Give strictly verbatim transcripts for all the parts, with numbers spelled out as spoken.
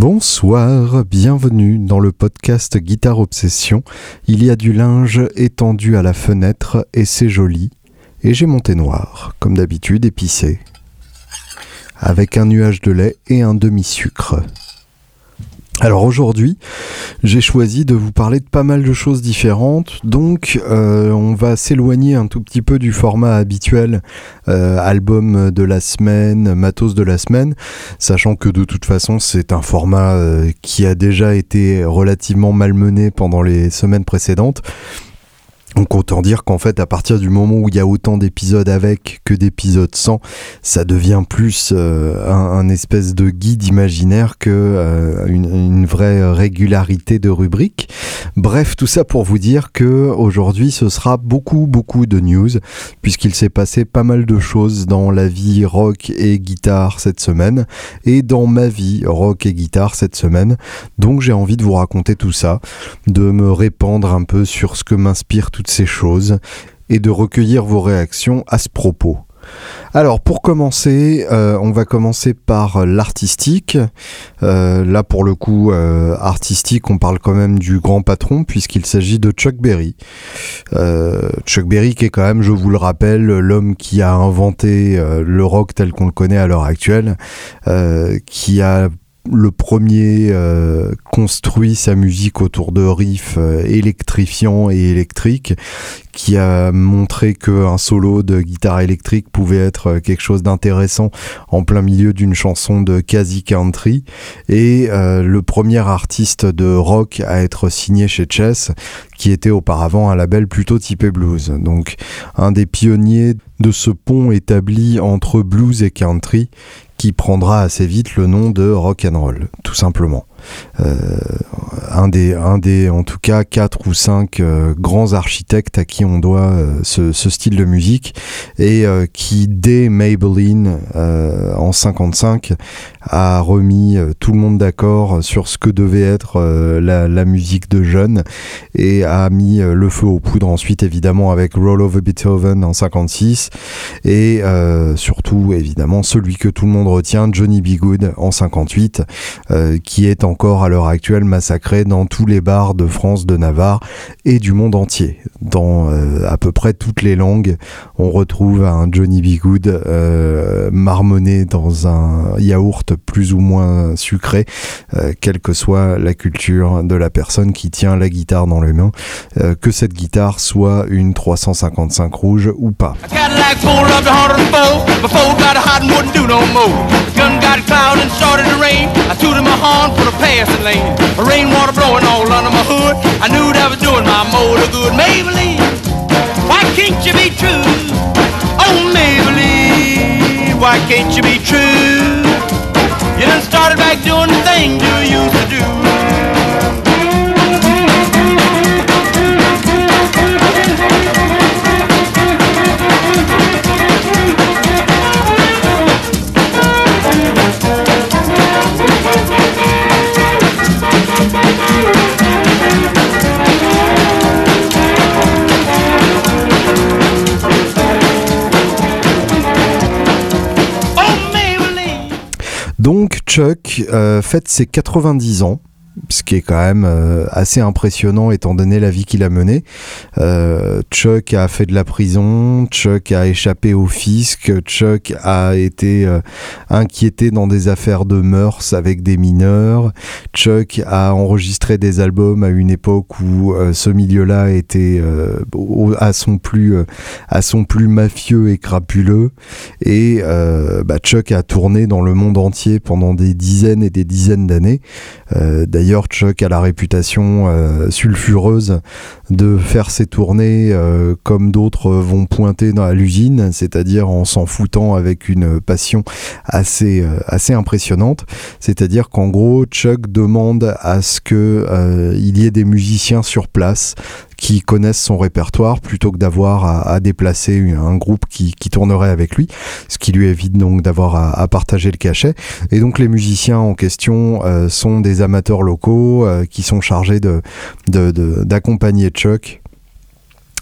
Bonsoir, bienvenue dans le podcast Guitare Obsession. Il y a du linge étendu à la fenêtre et c'est joli. Et j'ai mon thé noir, comme d'habitude épicé, avec un nuage de lait et un demi-sucre. Alors aujourd'hui, j'ai choisi de vous parler de pas mal de choses différentes, donc euh, on va s'éloigner un tout petit peu du format habituel, euh, album de la semaine, matos de la semaine, sachant que de toute façon c'est un format euh, qui a déjà été relativement malmené pendant les semaines précédentes. Donc autant dire qu'en fait à partir du moment où il y a autant d'épisodes avec que d'épisodes sans, ça devient plus euh, un, un espèce de guide imaginaire que euh, une, une vraie régularité de rubrique. Bref, tout ça pour vous dire que aujourd'hui ce sera beaucoup beaucoup de news, puisqu'il s'est passé pas mal de choses dans la vie rock et guitare cette semaine, et dans ma vie rock et guitare cette semaine. Donc j'ai envie de vous raconter tout ça, de me répandre un peu sur ce que m'inspire tout ces choses et de recueillir vos réactions à ce propos. Alors pour commencer, euh, on va commencer par l'artistique. Euh, là pour le coup, euh, artistique, on parle quand même du grand patron puisqu'il s'agit de Chuck Berry. Euh, Chuck Berry qui est quand même, je vous le rappelle, l'homme qui a inventé euh, le rock tel qu'on le connaît à l'heure actuelle, euh, qui a le premier euh, construit sa musique autour de riffs euh, électrifiants et électriques, qui a montré qu'un solo de guitare électrique pouvait être quelque chose d'intéressant en plein milieu d'une chanson de quasi country, et euh, le premier artiste de rock à être signé chez Chess, qui était auparavant un label plutôt typé blues. Donc un des pionniers de ce pont établi entre blues et country, qui prendra assez vite le nom de rock and roll, tout simplement. Euh, un des, un des, en tout cas, quatre ou cinq euh, grands architectes à qui on doit euh, ce, ce style de musique, et euh, qui, dès Maybelline, euh, en cinquante-cinq, a remis euh, tout le monde d'accord sur ce que devait être euh, la, la musique de jeunes, et a mis euh, le feu aux poudres ensuite, évidemment, avec Roll Over Beethoven en cinquante-six, et euh, surtout, évidemment, celui que tout le monde retient, Johnny B. Goode en cinquante-huit, euh, qui est encore à l'heure actuelle massacré dans tous les bars de France, de Navarre et du monde entier. Dans euh, à peu près toutes les langues, on retrouve un Johnny B. Goode euh, marmonné dans un yaourt plus ou moins sucré, euh, quelle que soit la culture de la personne qui tient la guitare dans les mains, euh, que cette guitare soit une trois cent cinquante-cinq rouge ou pas. Passing lane, rainwater blowing all under my hood. I knew that was doing my motor good. Maybelline, why can't you be true? Oh Maybelline, why can't you be true? You done started back doing the thing you used to do. Donc Chuck euh, fête ses quatre-vingt-dix ans, ce qui est quand même euh, assez impressionnant étant donné la vie qu'il a menée. Euh, Chuck a fait de la prison, Chuck a échappé au fisc, Chuck a été euh, inquiété dans des affaires de mœurs avec des mineurs, Chuck a enregistré des albums à une époque où euh, ce milieu-là était euh, au, à son plus euh, à son plus mafieux et crapuleux, et euh, bah, Chuck a tourné dans le monde entier pendant des dizaines et des dizaines d'années. Euh, D'ailleurs, Chuck a la réputation euh, sulfureuse de faire ses tournées euh, comme d'autres vont pointer dans à l'usine, c'est-à-dire en s'en foutant avec une passion assez, euh, assez impressionnante. C'est-à-dire qu'en gros, Chuck demande à ce qu'il euh, y ait des musiciens sur place qui connaissent son répertoire plutôt que d'avoir à, à déplacer un groupe qui, qui tournerait avec lui, ce qui lui évite donc d'avoir à, à partager le cachet. Et donc les musiciens en question euh, sont des amateurs locaux euh, qui sont chargés de, de, de, d'accompagner Chuck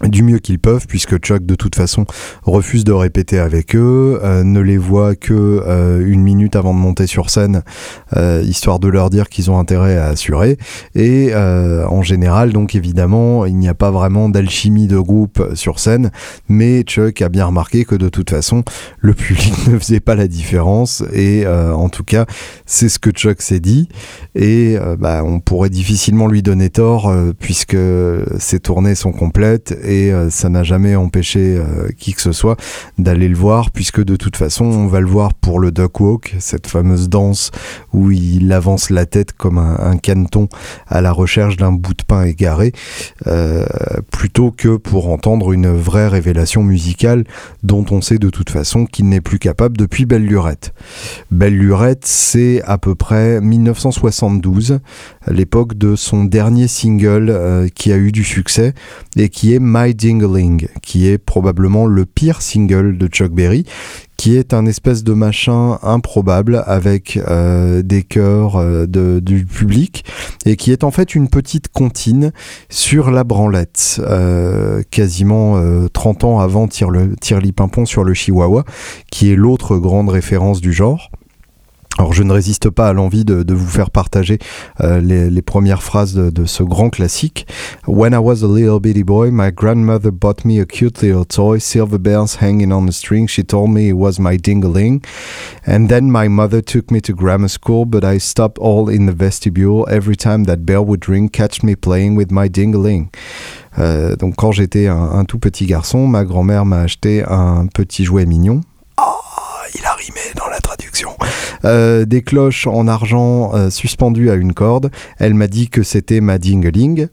du mieux qu'ils peuvent, puisque Chuck de toute façon refuse de répéter avec eux, euh, ne les voit que euh, une minute avant de monter sur scène, euh, histoire de leur dire qu'ils ont intérêt à assurer, et euh, en général, donc évidemment, il n'y a pas vraiment d'alchimie de groupe sur scène, mais Chuck a bien remarqué que de toute façon, le public ne faisait pas la différence, et euh, en tout cas, c'est ce que Chuck s'est dit, et euh, bah, on pourrait difficilement lui donner tort, euh, puisque ses tournées sont complètes, et euh, ça n'a jamais empêché euh, qui que ce soit d'aller le voir, puisque de toute façon on va le voir pour le duck walk, cette fameuse danse où il avance la tête comme un, un caneton à la recherche d'un bout de pain égaré, euh, plutôt que pour entendre une vraie révélation musicale dont on sait de toute façon qu'il n'est plus capable depuis Belle Lurette. Belle Lurette, c'est à peu près dix-neuf cent soixante-douze, l'époque de son dernier single euh, qui a eu du succès et qui est My Ding-a-Ling, qui est probablement le pire single de Chuck Berry, qui est un espèce de machin improbable avec euh, des chœurs euh, de, du public, et qui est en fait une petite comptine sur la branlette, euh, quasiment euh, trente ans avant Tirli Pimpon sur le Chihuahua, qui est l'autre grande référence du genre. Alors je ne résiste pas à l'envie de, de vous faire partager euh, les, les premières phrases de, de ce grand classique. When I was a little bitty boy, my grandmother bought me a cute little toy, silver bells hanging on a string. She told me it was my ding-a-ling. And then my mother took me to grammar school, but I stopped all in the vestibule. Every time that bell would ring, catch me playing with my ding-a-ling. Euh, donc quand j'étais un, un tout petit garçon, ma grand-mère m'a acheté un petit jouet mignon. Il a rimé dans la traduction. Euh, des cloches en argent euh, suspendues à une corde. Elle m'a dit que c'était ma ding-a-ling.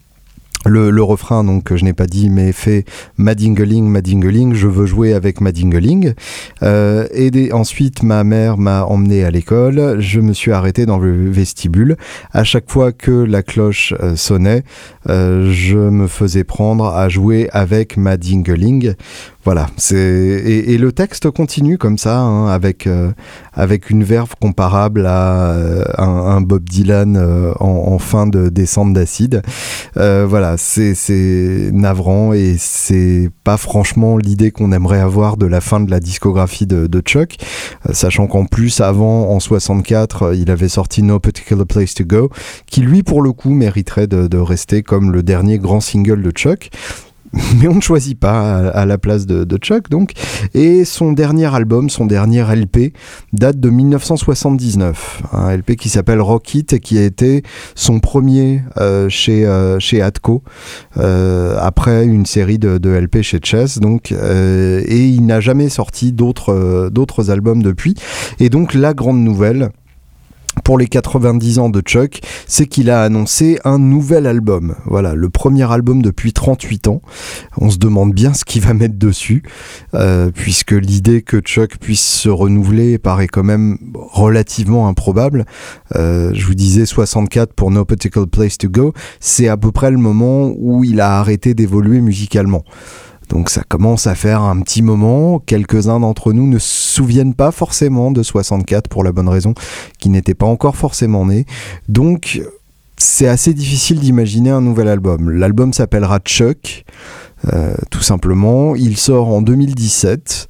Le, le refrain, donc, que je n'ai pas dit, mais fait ma ding-a-ling, ma ding-a-ling, je veux jouer avec ma ding-a-ling. Euh, et des, ensuite, ma mère m'a emmené à l'école. Je me suis arrêté dans le vestibule. À chaque fois que la cloche euh, sonnait, euh, je me faisais prendre à jouer avec ma ding-a-ling. Voilà, c'est et, et le texte continue comme ça, hein, avec euh, avec une verve comparable à euh, un, un Bob Dylan euh, en, en fin de descente d'acide. Euh, voilà, c'est c'est navrant et c'est pas franchement l'idée qu'on aimerait avoir de la fin de la discographie de, de Chuck, euh, sachant qu'en plus avant en soixante-quatre, il avait sorti No Particular Place to Go, qui lui pour le coup mériterait de, de rester comme le dernier grand single de Chuck. Mais on ne choisit pas à, à la place de, de Chuck, donc. Et son dernier album, son dernier L P, date de dix-neuf cent soixante-dix-neuf. Un L P qui s'appelle Rock It et qui a été son premier euh, chez, euh, chez Atco, euh, après une série de, de L P chez Chess, donc. Euh, et il n'a jamais sorti d'autres, euh, d'autres albums depuis. Et donc, la grande nouvelle pour les quatre-vingt-dix ans de Chuck, c'est qu'il a annoncé un nouvel album. Voilà, le premier album depuis trente-huit ans. On se demande bien ce qu'il va mettre dessus, euh, puisque l'idée que Chuck puisse se renouveler paraît quand même relativement improbable. Euh, je vous disais soixante-quatre pour No Particular Place to Go, c'est à peu près le moment où il a arrêté d'évoluer musicalement. Donc ça commence à faire un petit moment. Quelques-uns d'entre nous ne se souviennent pas forcément de soixante-quatre pour la bonne raison qu'ils n'étaient pas encore forcément nés. Donc c'est assez difficile d'imaginer un nouvel album. L'album s'appellera Chuck. Euh, tout simplement, il sort en deux mille dix-sept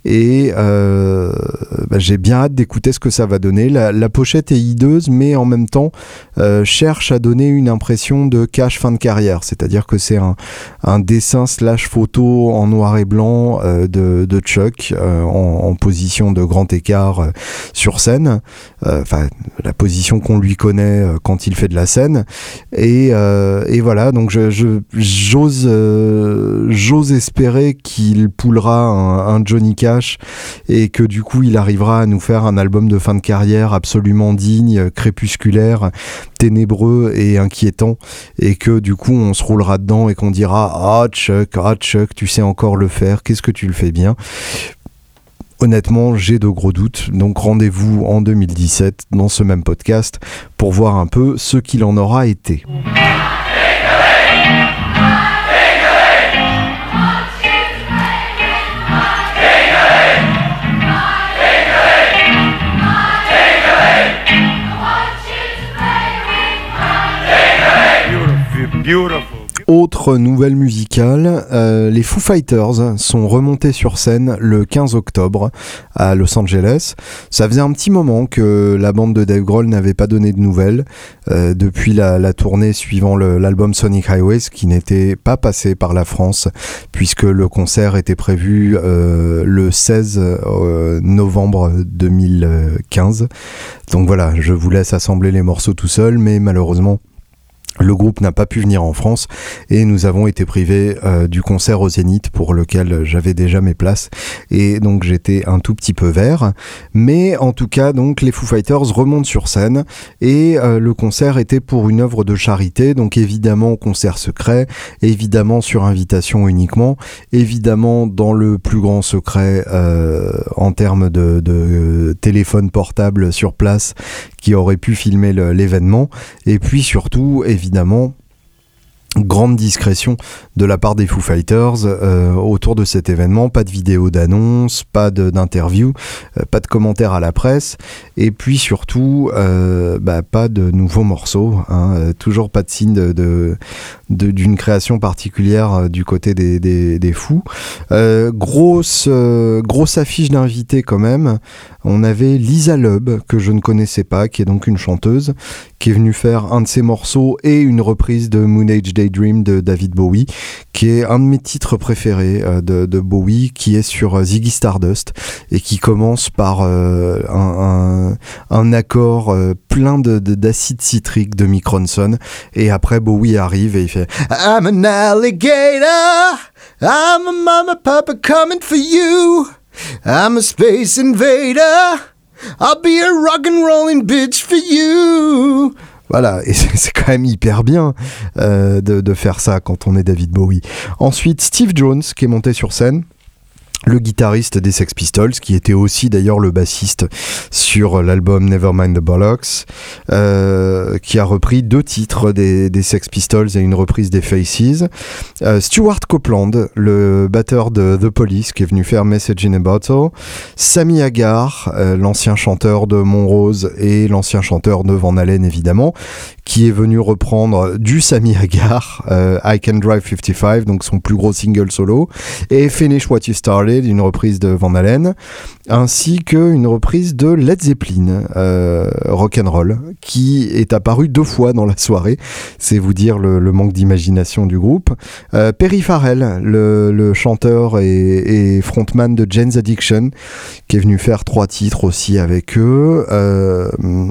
et euh, bah, j'ai bien hâte d'écouter ce que ça va donner. La, la pochette est hideuse, mais en même temps euh, cherche à donner une impression de cash fin de carrière, c'est-à-dire que c'est un, un dessin slash photo en noir et blanc euh, de, de Chuck euh, en, en position de grand écart euh, sur scène, enfin euh, la position qu'on lui connaît euh, quand il fait de la scène, et, euh, et voilà, donc je, je, j'ose euh, J'ose espérer qu'il poulera un, un Johnny Cash et que du coup il arrivera à nous faire un album de fin de carrière absolument digne, crépusculaire, ténébreux et inquiétant, et que du coup on se roulera dedans et qu'on dira « Ah Chuck, ah Chuck, tu sais encore le faire, qu'est-ce que tu le fais bien ?» Honnêtement, j'ai de gros doutes, donc rendez-vous en deux mille dix-sept dans ce même podcast pour voir un peu ce qu'il en aura été. Beautiful. Autre nouvelle musicale, euh, les Foo Fighters sont remontés sur scène le quinze octobre à Los Angeles. Ça faisait un petit moment que la bande de Dave Grohl n'avait pas donné de nouvelles euh, depuis la, la tournée suivant le, l'album Sonic Highways, qui n'était pas passé par la France puisque le concert était prévu euh, le seize novembre deux mille quinze. Donc voilà, je vous laisse assembler les morceaux tout seul, mais malheureusement le groupe n'a pas pu venir en France et nous avons été privés euh, du concert au Zénith pour lequel j'avais déjà mes places et donc j'étais un tout petit peu vert. Mais en tout cas, donc les Foo Fighters remontent sur scène et euh, le concert était pour une œuvre de charité, donc évidemment concert secret, évidemment sur invitation uniquement, évidemment dans le plus grand secret euh, en termes de, de euh, téléphone portable sur place qui aurait pu filmer le, l'événement, et puis surtout évidemment grande discrétion de la part des Foo Fighters euh, autour de cet événement. Pas de vidéo d'annonce, pas de, d'interview, euh, pas de commentaires à la presse, et puis surtout euh, bah, pas de nouveaux morceaux, hein, euh, toujours pas de signe de, de, de, d'une création particulière euh, du côté des, des, des Foo. Euh, grosse, euh, grosse affiche d'invités quand même. On avait Lisa Lubb, que je ne connaissais pas, qui est donc une chanteuse, qui est venue faire un de ses morceaux et une reprise de Moon Age Daydream de David Bowie, qui est un de mes titres préférés euh, de, de Bowie, qui est sur euh, Ziggy Stardust, et qui commence par euh, un, un, un accord euh, plein de, de, d'acide citrique de Mick Ronson, et après Bowie arrive et il fait « I'm an alligator, I'm a mama papa coming for you, I'm a space invader, I'll be a rock and rollin' bitch for you ». Voilà, et c'est, c'est quand même hyper bien euh, de, de faire ça quand on est David Bowie. Ensuite, Steve Jones qui est monté sur scène, le guitariste des Sex Pistols, qui était aussi d'ailleurs le bassiste sur l'album Nevermind the Bollocks, euh, qui a repris deux titres des, des Sex Pistols et une reprise des Faces. Euh, Stuart Copeland, le batteur de The Police, qui est venu faire Message in a Bottle. Sammy Hagar, euh, l'ancien chanteur de Monrose et l'ancien chanteur de Van Halen évidemment, qui est venu reprendre du Sammy Hagar, euh, I Can Drive cinquante-cinq, donc son plus gros single solo, et Finish What You Started, une reprise de Van Halen, ainsi qu'une reprise de Led Zeppelin, euh, Rock'n'Roll, qui est apparue deux fois dans la soirée. C'est vous dire le, le manque d'imagination du groupe. Euh, Perry Farrell, le, le chanteur et, et frontman de Jane's Addiction, qui est venu faire trois titres aussi avec eux, euh,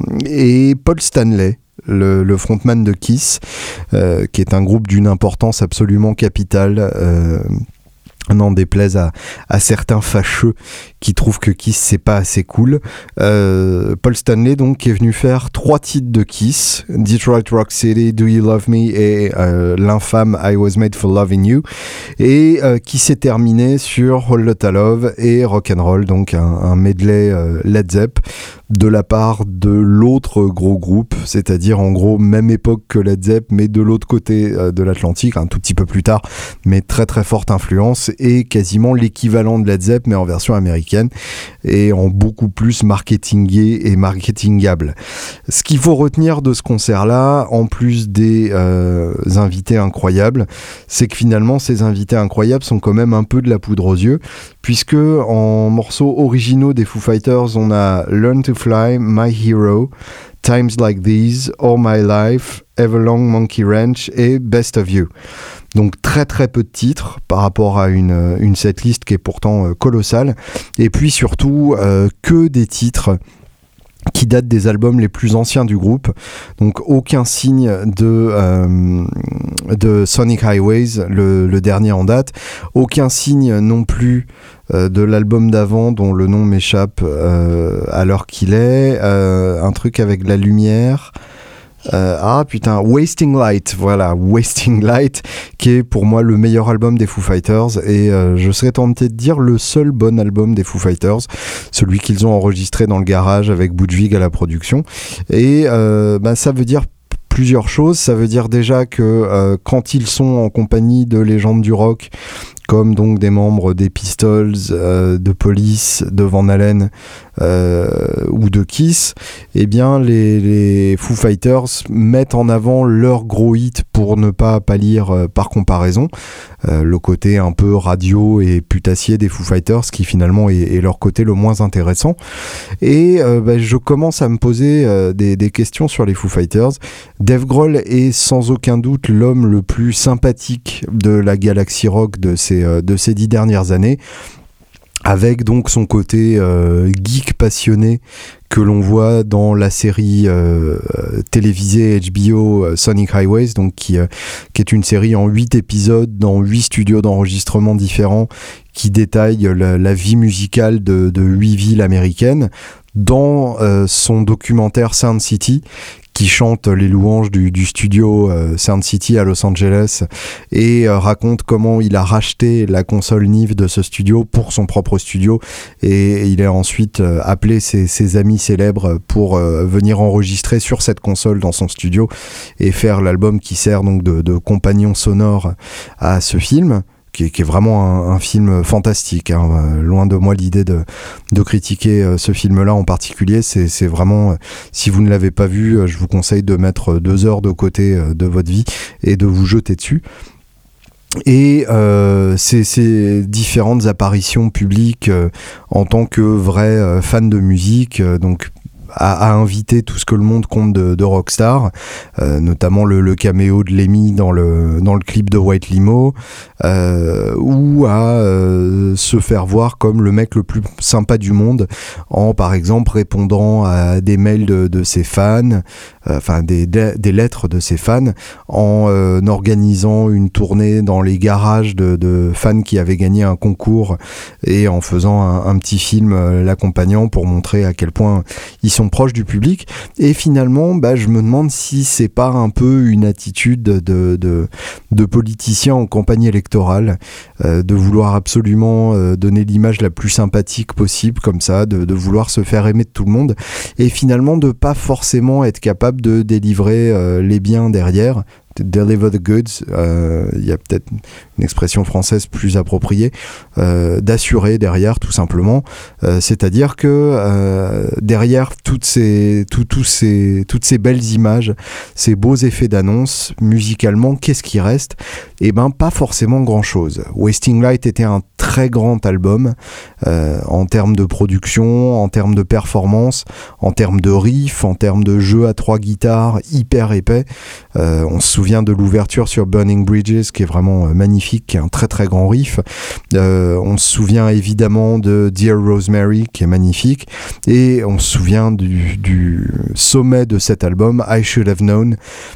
et Paul Stanley, Le, le frontman de Kiss, euh, qui est un groupe d'une importance absolument capitale, euh, n'en déplaise à, à certains fâcheux qui trouvent que Kiss c'est pas assez cool. Euh, Paul Stanley donc qui est venu faire trois titres de Kiss, Detroit Rock City, Do You Love Me et euh, l'infâme I Was Made for Loving You, et euh, qui s'est terminé sur Whole Lotta Love et Rock'n'Roll, donc un, un medley euh, Led Zepp de la part de l'autre gros groupe, c'est-à-dire en gros même époque que Led Zepp mais de l'autre côté euh, de l'Atlantique, un tout petit peu plus tard, mais très très forte influence, et quasiment l'équivalent de Led Zepp mais en version américaine et en beaucoup plus marketingé et marketingable. Ce qu'il faut retenir de ce concert-là, en plus des euh, invités incroyables, c'est que finalement ces invités incroyables sont quand même un peu de la poudre aux yeux, puisque en morceaux originaux des Foo Fighters, on a Learn to Fly, My Hero, Times Like These, All My Life, Everlong Monkey Ranch et Best of You. Donc très très peu de titres par rapport à une, une setlist qui est pourtant euh, colossale, et puis surtout euh, que des titres qui datent des albums les plus anciens du groupe, donc aucun signe de, euh, de Sonic Highways, le, le dernier en date, aucun signe non plus euh, de l'album d'avant dont le nom m'échappe euh, à l'heure qu'il est, euh, un truc avec de la lumière... Euh, ah putain, Wasting Light, voilà, Wasting Light, qui est pour moi le meilleur album des Foo Fighters, et euh, je serais tenté de dire le seul bon album des Foo Fighters, celui qu'ils ont enregistré dans le garage avec Budwig à la production, et euh, bah, ça veut dire plusieurs choses. Ça veut dire déjà que euh, quand ils sont en compagnie de légendes du rock, comme donc des membres des Pistols, euh, de Police, de Van Halen, euh, ou de Kiss, eh bien les, les Foo Fighters mettent en avant leur gros hit pour ne pas pâlir euh, par comparaison, euh, le côté un peu radio et putassier des Foo Fighters qui finalement est, est leur côté le moins intéressant. Et euh, bah, je commence à me poser euh, des, des questions sur les Foo Fighters. Dave Grohl est sans aucun doute l'homme le plus sympathique de la galaxie rock de ces, euh, de ces dix dernières années, avec donc son côté euh, geek passionné que l'on voit dans la série euh, télévisée H B O euh, Sonic Highways, donc qui, euh, qui est une série en huit épisodes dans huit studios d'enregistrement différents qui détaille la, la vie musicale de, de huit villes américaines. Dans euh, son documentaire Sound City, qui chante les louanges du, du studio euh, Sound City à Los Angeles et euh, raconte comment il a racheté la console N I V de ce studio pour son propre studio, et il a ensuite euh, appelé ses, ses amis célèbres pour euh, venir enregistrer sur cette console dans son studio et faire l'album qui sert donc de, de compagnon sonore à ce film. Qui est, qui est vraiment un, un film fantastique, hein. Euh, loin de moi l'idée de, de critiquer euh, ce film-là en particulier. C'est, c'est vraiment, euh, si vous ne l'avez pas vu, euh, je vous conseille de mettre deux heures de côté euh, de votre vie et de vous jeter dessus. Et euh, ces, ces différentes apparitions publiques euh, en tant que vrai euh, fan de musique, euh, donc à, à inviter tout ce que le monde compte de, de rockstar, euh, notamment le, le caméo de Lemmy dans le, dans le clip de White Limo, euh, ou à euh, se faire voir comme le mec le plus sympa du monde en, par exemple, répondant à des mails de, de ses fans, euh, enfin des, des, des lettres de ses fans, en euh, organisant une tournée dans les garages de, de fans qui avaient gagné un concours et en faisant un, un petit film euh, l'accompagnant pour montrer à quel point ils sont proches du public. Et finalement, bah, je me demande si c'est pas un peu une attitude de, de, de politicien en campagne électorale, euh, de vouloir absolument euh, donner l'image la plus sympathique possible, comme ça, de, de vouloir se faire aimer de tout le monde, et finalement de pas forcément être capable de délivrer euh, les biens derrière. Deliver the goods, il euh, y a peut-être une expression française plus appropriée, euh, d'assurer derrière tout simplement, euh, c'est-à-dire que euh, derrière toutes ces, tout, tout ces, toutes ces belles images, ces beaux effets d'annonce, musicalement, qu'est-ce qui reste ? Eh ben pas forcément grand-chose. Wasting Light était un très grand album euh, en termes de production, en termes de performance, en termes de riff, en termes de jeu à trois guitares hyper épais. Euh, on se souvient de l'ouverture sur Burning Bridges qui est vraiment euh, magnifique, qui est un très très grand riff. Euh, on se souvient évidemment de Dear Rosemary qui est magnifique, et on se souvient du, du sommet de cet album, I Should Have Known,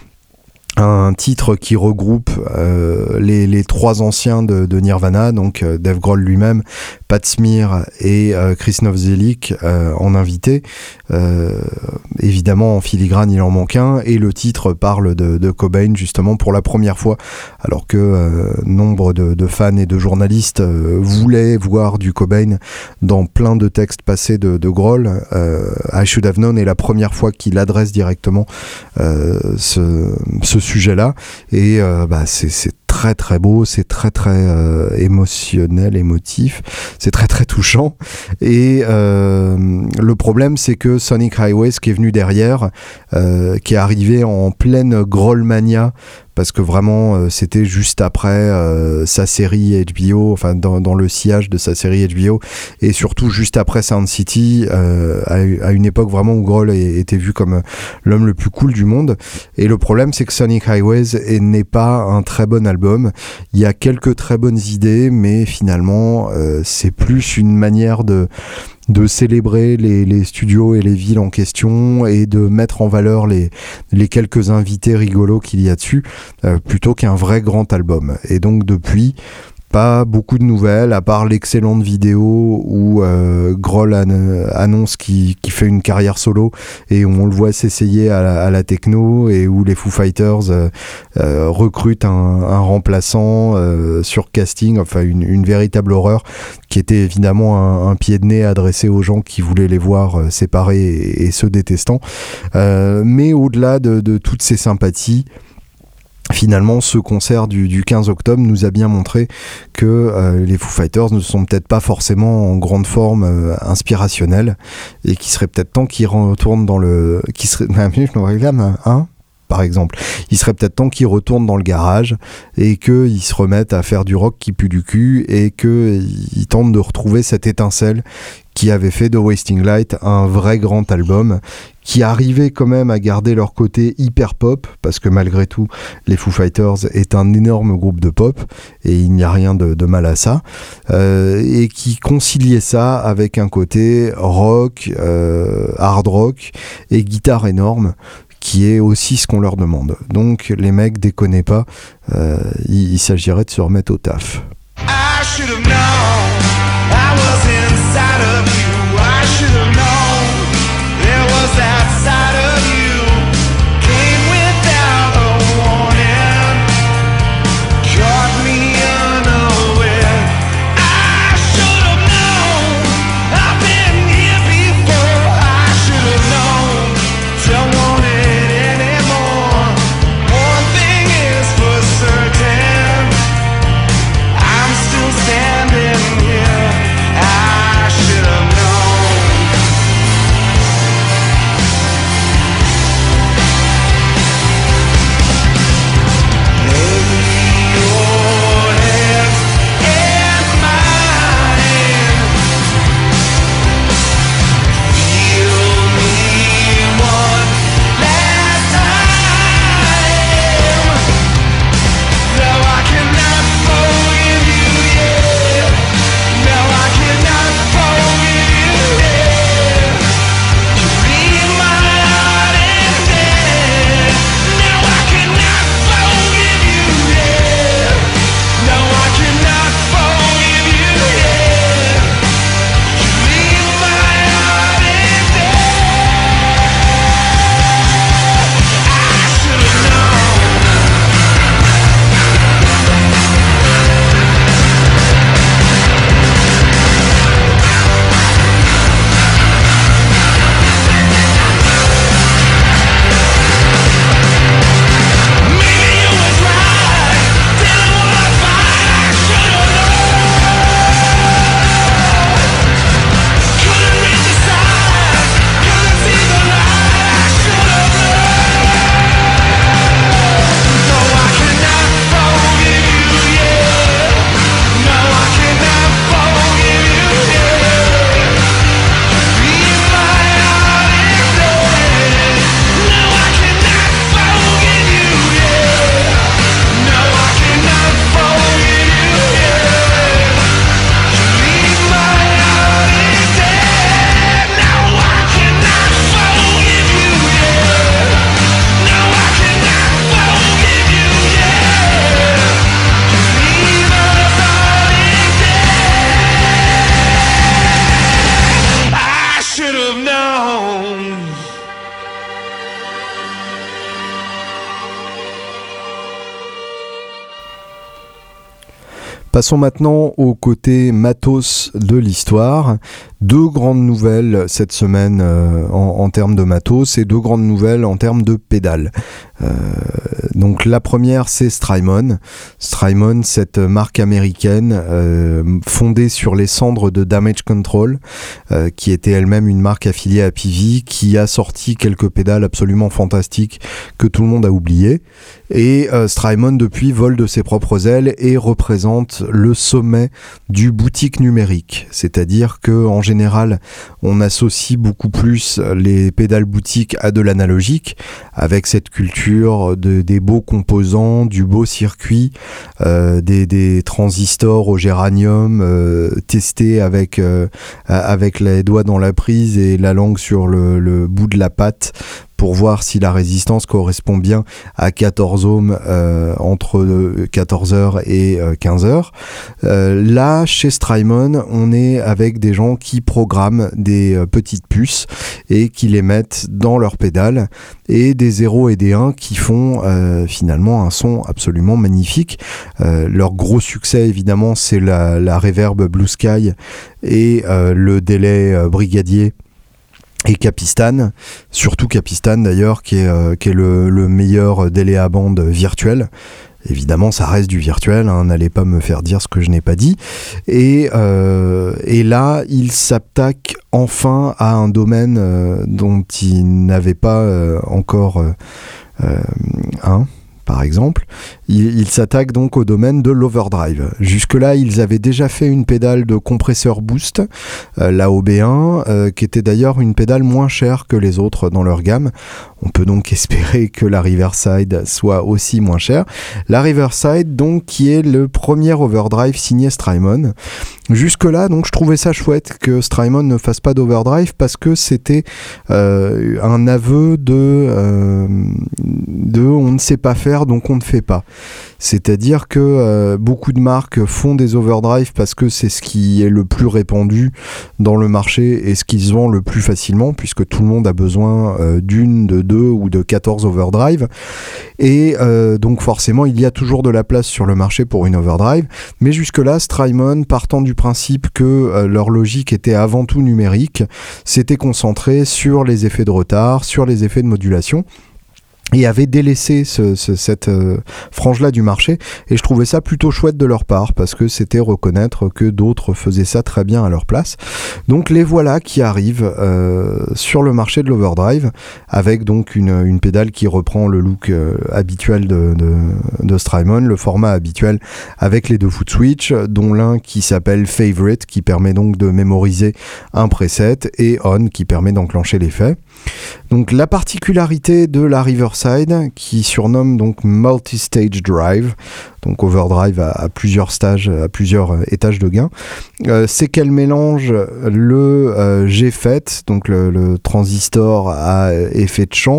un titre qui regroupe euh, les, les trois anciens de, de Nirvana, donc euh, Dave Grohl lui-même, Pat Smear et euh, Chris Novoselic euh, en invité. Euh, évidemment, en filigrane, il en manque un, et le titre parle de, de Cobain, justement, pour la première fois, alors que euh, nombre de, de fans et de journalistes euh, voulaient voir du Cobain dans plein de textes passés de, de Grohl. Euh, I Should Have Known est la première fois qu'il adresse directement euh, ce, ce sujet-là, et euh, bah, c'est, c'est très très beau, c'est très très euh, émotionnel, émotif, c'est très très touchant, et euh, le problème c'est que Sonic Highways qui est venu derrière, euh, qui est arrivé en pleine Grohlmania, parce que vraiment euh, c'était juste après euh, sa série H B O, enfin dans, dans le sillage de sa série H B O, et surtout juste après Sound City, euh, à, à une époque vraiment où Grohl était vu comme l'homme le plus cool du monde. Et le problème c'est que Sonic Highways est, n'est pas un très bon album. Il y a quelques très bonnes idées, mais finalement euh, c'est plus une manière de de célébrer les, les studios et les villes en question, et de mettre en valeur les, les quelques invités rigolos qu'il y a dessus, euh, plutôt qu'un vrai grand album. Et donc depuis, pas beaucoup de nouvelles, à part l'excellente vidéo où euh, Grohl an- annonce qu'il, qu'il fait une carrière solo, et où on le voit s'essayer à la, à la techno, et où les Foo Fighters euh, euh, recrutent un, un remplaçant euh, sur casting, enfin une, une véritable horreur, qui était évidemment un, un pied de nez adressé aux gens qui voulaient les voir euh, séparés et, et se détestant. Euh, mais au-delà de, de toutes ces sympathies, Finalement, ce concert du, du quinze octobre nous a bien montré que euh, les Foo Fighters ne sont peut-être pas forcément en grande forme euh, inspirationnelle et qu'il serait peut-être temps qu'ils retournent dans le... Qui serait... hein par exemple, il serait peut-être temps qu'ils retournent dans le garage et qu'ils se remettent à faire du rock qui pue du cul et qu'ils tentent de retrouver cette étincelle qui avait fait de Wasting Light un vrai grand album, qui arrivait quand même à garder leur côté hyper pop, parce que malgré tout, les Foo Fighters est un énorme groupe de pop, et il n'y a rien de, de mal à ça, euh, et qui conciliait ça avec un côté rock, euh, hard rock, et guitare énorme, qui est aussi ce qu'on leur demande. Donc les mecs, déconnez pas, euh, il, il s'agirait de se remettre au taf. I should have known I was inside of you. I should have known there was that side of you. Came without a warning, caught me unaware. I should have known I've been here before. I should have known, don't want it anymore. One thing is for certain, I'm still standing here. I should have known. Maybe your hands and mine feel me one last time. No, I cannot forgive you yet. No, I cannot forgive you yet. You leave my heart empty. No, I cannot forgive you yet. No, I cannot forgive you yet. You leave my heart empty. I should have known. Maybe you was right. Didn't wanna fight. I should have known. Couldn't read the signs. Couldn't see the light. I should have known. No, I cannot forgive you yet. No, I cannot forgive you yet. Leave my heart empty. No, I cannot forgive you yet. No, I cannot forgive you yet. Leave my heart empty. No, I cannot forgive you yet. No, I cannot forgive you yet. Leave my heart empty. I should have known. Passons maintenant au côté matos de l'histoire. Deux grandes nouvelles cette semaine euh, en, en termes de matos et deux grandes nouvelles en termes de pédales. Euh, donc la première, c'est Strymon. Strymon, cette marque américaine euh, fondée sur les cendres de Damage Control, euh, qui était elle-même une marque affiliée à P V, qui a sorti quelques pédales absolument fantastiques que tout le monde a oubliées. Et euh, Strymon depuis vole de ses propres ailes et représente le sommet du boutique numérique, c'est-à-dire que en général on associe beaucoup plus les pédales boutiques à de l'analogique, avec cette culture de, des beaux composants, du beau circuit, euh, des, des transistors au géranium euh, testés avec, euh, avec les doigts dans la prise et la langue sur le, le bout de la patte, pour voir si la résistance correspond bien à quatorze ohms euh, entre quatorze heures et euh, quinze heures. Euh, là, chez Strymon, on est avec des gens qui programment des euh, petites puces et qui les mettent dans leurs pédales, et des zéro et des un qui font euh, finalement un son absolument magnifique. Euh, leur gros succès, évidemment, c'est la, la Reverb Blue Sky et euh, le délai euh, Brigadier et Capistan, surtout Capistan d'ailleurs, qui est, euh, qui est le, le meilleur délai à bande virtuel. Évidemment, ça reste du virtuel, hein, n'allez pas me faire dire ce que je n'ai pas dit. Et, euh, et là, il s'attaque enfin à un domaine euh, dont il n'avait pas euh, encore euh, euh, un. Par exemple, il, il s'attaque donc au domaine de l'overdrive. Jusque-là, ils avaient déjà fait une pédale de compresseur boost, euh, la O B un, euh, qui était d'ailleurs une pédale moins chère que les autres dans leur gamme. On peut donc espérer que la Riverside soit aussi moins chère. La Riverside, donc, qui est le premier overdrive signé Strymon. Jusque-là, donc, je trouvais ça chouette que Strymon ne fasse pas d'overdrive parce que c'était euh, un aveu de, euh, de on ne sait pas faire, donc on ne fait pas. C'est-à-dire que euh, beaucoup de marques font des overdrive parce que c'est ce qui est le plus répandu dans le marché et ce qu'ils vendent le plus facilement, puisque tout le monde a besoin euh, d'une, de deux ou de quatorze overdrive. Et euh, donc forcément, il y a toujours de la place sur le marché pour une overdrive. Mais jusque-là, Strymon, partant du principe que euh, leur logique était avant tout numérique, s'était concentré sur les effets de retard, sur les effets de modulation, et avait délaissé ce, ce, cette euh, frange-là du marché, et je trouvais ça plutôt chouette de leur part, parce que c'était reconnaître que d'autres faisaient ça très bien à leur place. Donc les voilà qui arrivent euh, sur le marché de l'overdrive, avec donc une, une pédale qui reprend le look euh, habituel de, de, de Strymon, le format habituel avec les deux foot switch, dont l'un qui s'appelle Favorite, qui permet donc de mémoriser un preset, et On, qui permet d'enclencher l'effet. Donc la particularité de la Riverside, qui surnomme donc Multi-Stage Drive, donc overdrive à, à plusieurs stages, à plusieurs euh, étages de gain, euh, c'est qu'elle mélange le euh, G F E T, donc le, le transistor à effet de champ,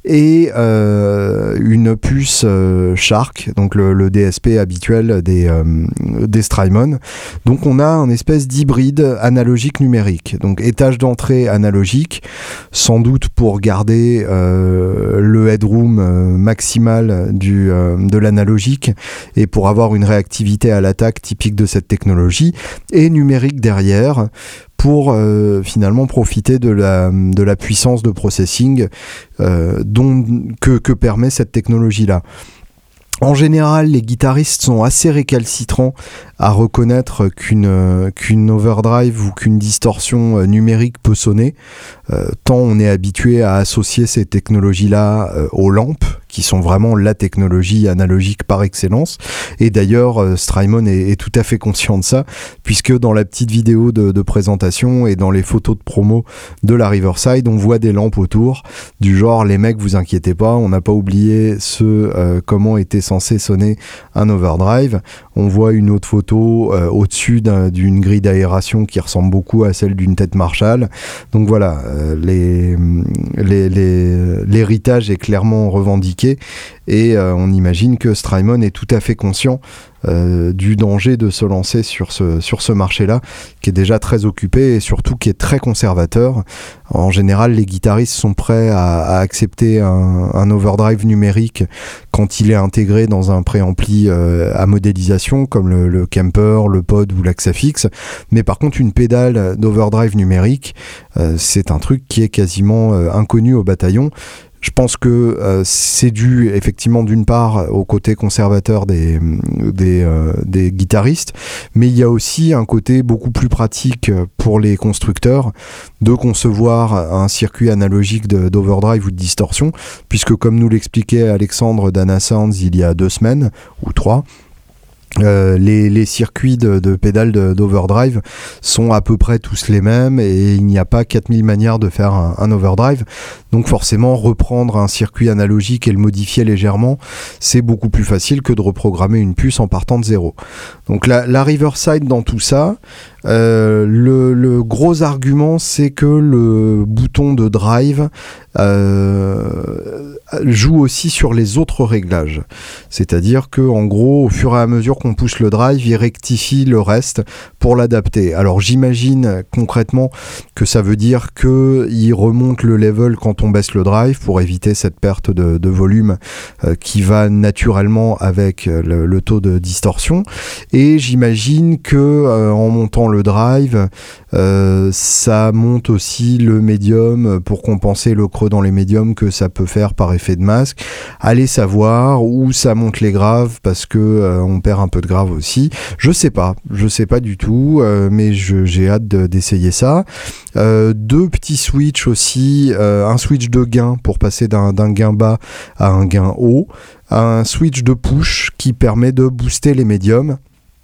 et euh, une puce euh, Shark, donc le, le D S P habituel des, euh, des Strymon. Donc on a un espèce d'hybride analogique numérique. Donc étage d'entrée analogique, sans doute pour garder euh, le headroom euh, maximal du, euh, de l'analogique, et pour avoir une réactivité à l'attaque typique de cette technologie, et numérique derrière pour euh, finalement profiter de la, de la puissance de processing euh, dont, que, que permet cette technologie-là. En général, les guitaristes sont assez récalcitrants à reconnaître qu'une, qu'une overdrive ou qu'une distorsion numérique peut sonner, euh, tant on est habitué à associer ces technologies-là euh, aux lampes, qui sont vraiment la technologie analogique par excellence. Et d'ailleurs, euh, Strymon est, est tout à fait conscient de ça, puisque dans la petite vidéo de, de présentation et dans les photos de promo de la Riverside, on voit des lampes autour, du genre, les mecs, vous inquiétez pas, on n'a pas oublié ce euh, comment était censé sonner un overdrive. On voit une autre photo euh, au-dessus d'un, d'une grille d'aération qui ressemble beaucoup à celle d'une tête Marshall. Donc voilà, euh, les, les, les, l'héritage est clairement revendiqué, et euh, on imagine que Strymon est tout à fait conscient euh, du danger de se lancer sur ce, sur ce marché-là, qui est déjà très occupé et surtout qui est très conservateur. En général, les guitaristes sont prêts à, à accepter un, un overdrive numérique quand il est intégré dans un préampli euh, à modélisation, comme le, le Kemper, le Pod ou l'Axafix. Mais par contre, une pédale d'overdrive numérique, euh, c'est un truc qui est quasiment euh, inconnu au bataillon. Je pense que euh, c'est dû effectivement d'une part au côté conservateur des, des, euh, des guitaristes, mais il y a aussi un côté beaucoup plus pratique pour les constructeurs de concevoir un circuit analogique de, d'overdrive ou de distorsion, puisque comme nous l'expliquait Alexandre d'Anna Sounds il y a deux semaines ou trois, Euh, les, les circuits de, de pédales de, d'overdrive sont à peu près tous les mêmes, et il n'y a pas quatre mille manières de faire un, un overdrive. Donc forcément, reprendre un circuit analogique et le modifier légèrement, c'est beaucoup plus facile que de reprogrammer une puce en partant de zéro. Donc la, la Riverside dans tout ça, euh, le, le gros argument, c'est que le bouton de drive euh, joue aussi sur les autres réglages. C'est-à-dire que en gros, au fur et à mesure qu'on pousse le drive, il rectifie le reste pour l'adapter. Alors j'imagine concrètement que ça veut dire qu'il remonte le level quand on baisse le drive pour éviter cette perte de, de volume euh, qui va naturellement avec le, le taux de distorsion. Et j'imagine que euh, en montant le drive, euh, ça monte aussi le médium pour compenser le creux dans les médiums que ça peut faire par effet de masque. Allez savoir où ça monte les graves parce que euh, on perd un peu de grave aussi. Je sais pas, je sais pas du tout, euh, mais je, j'ai hâte de, d'essayer ça. Euh, deux petits switches aussi, euh, un switch de gain pour passer d'un, d'un gain bas à un gain haut, un switch de push qui permet de booster les médiums.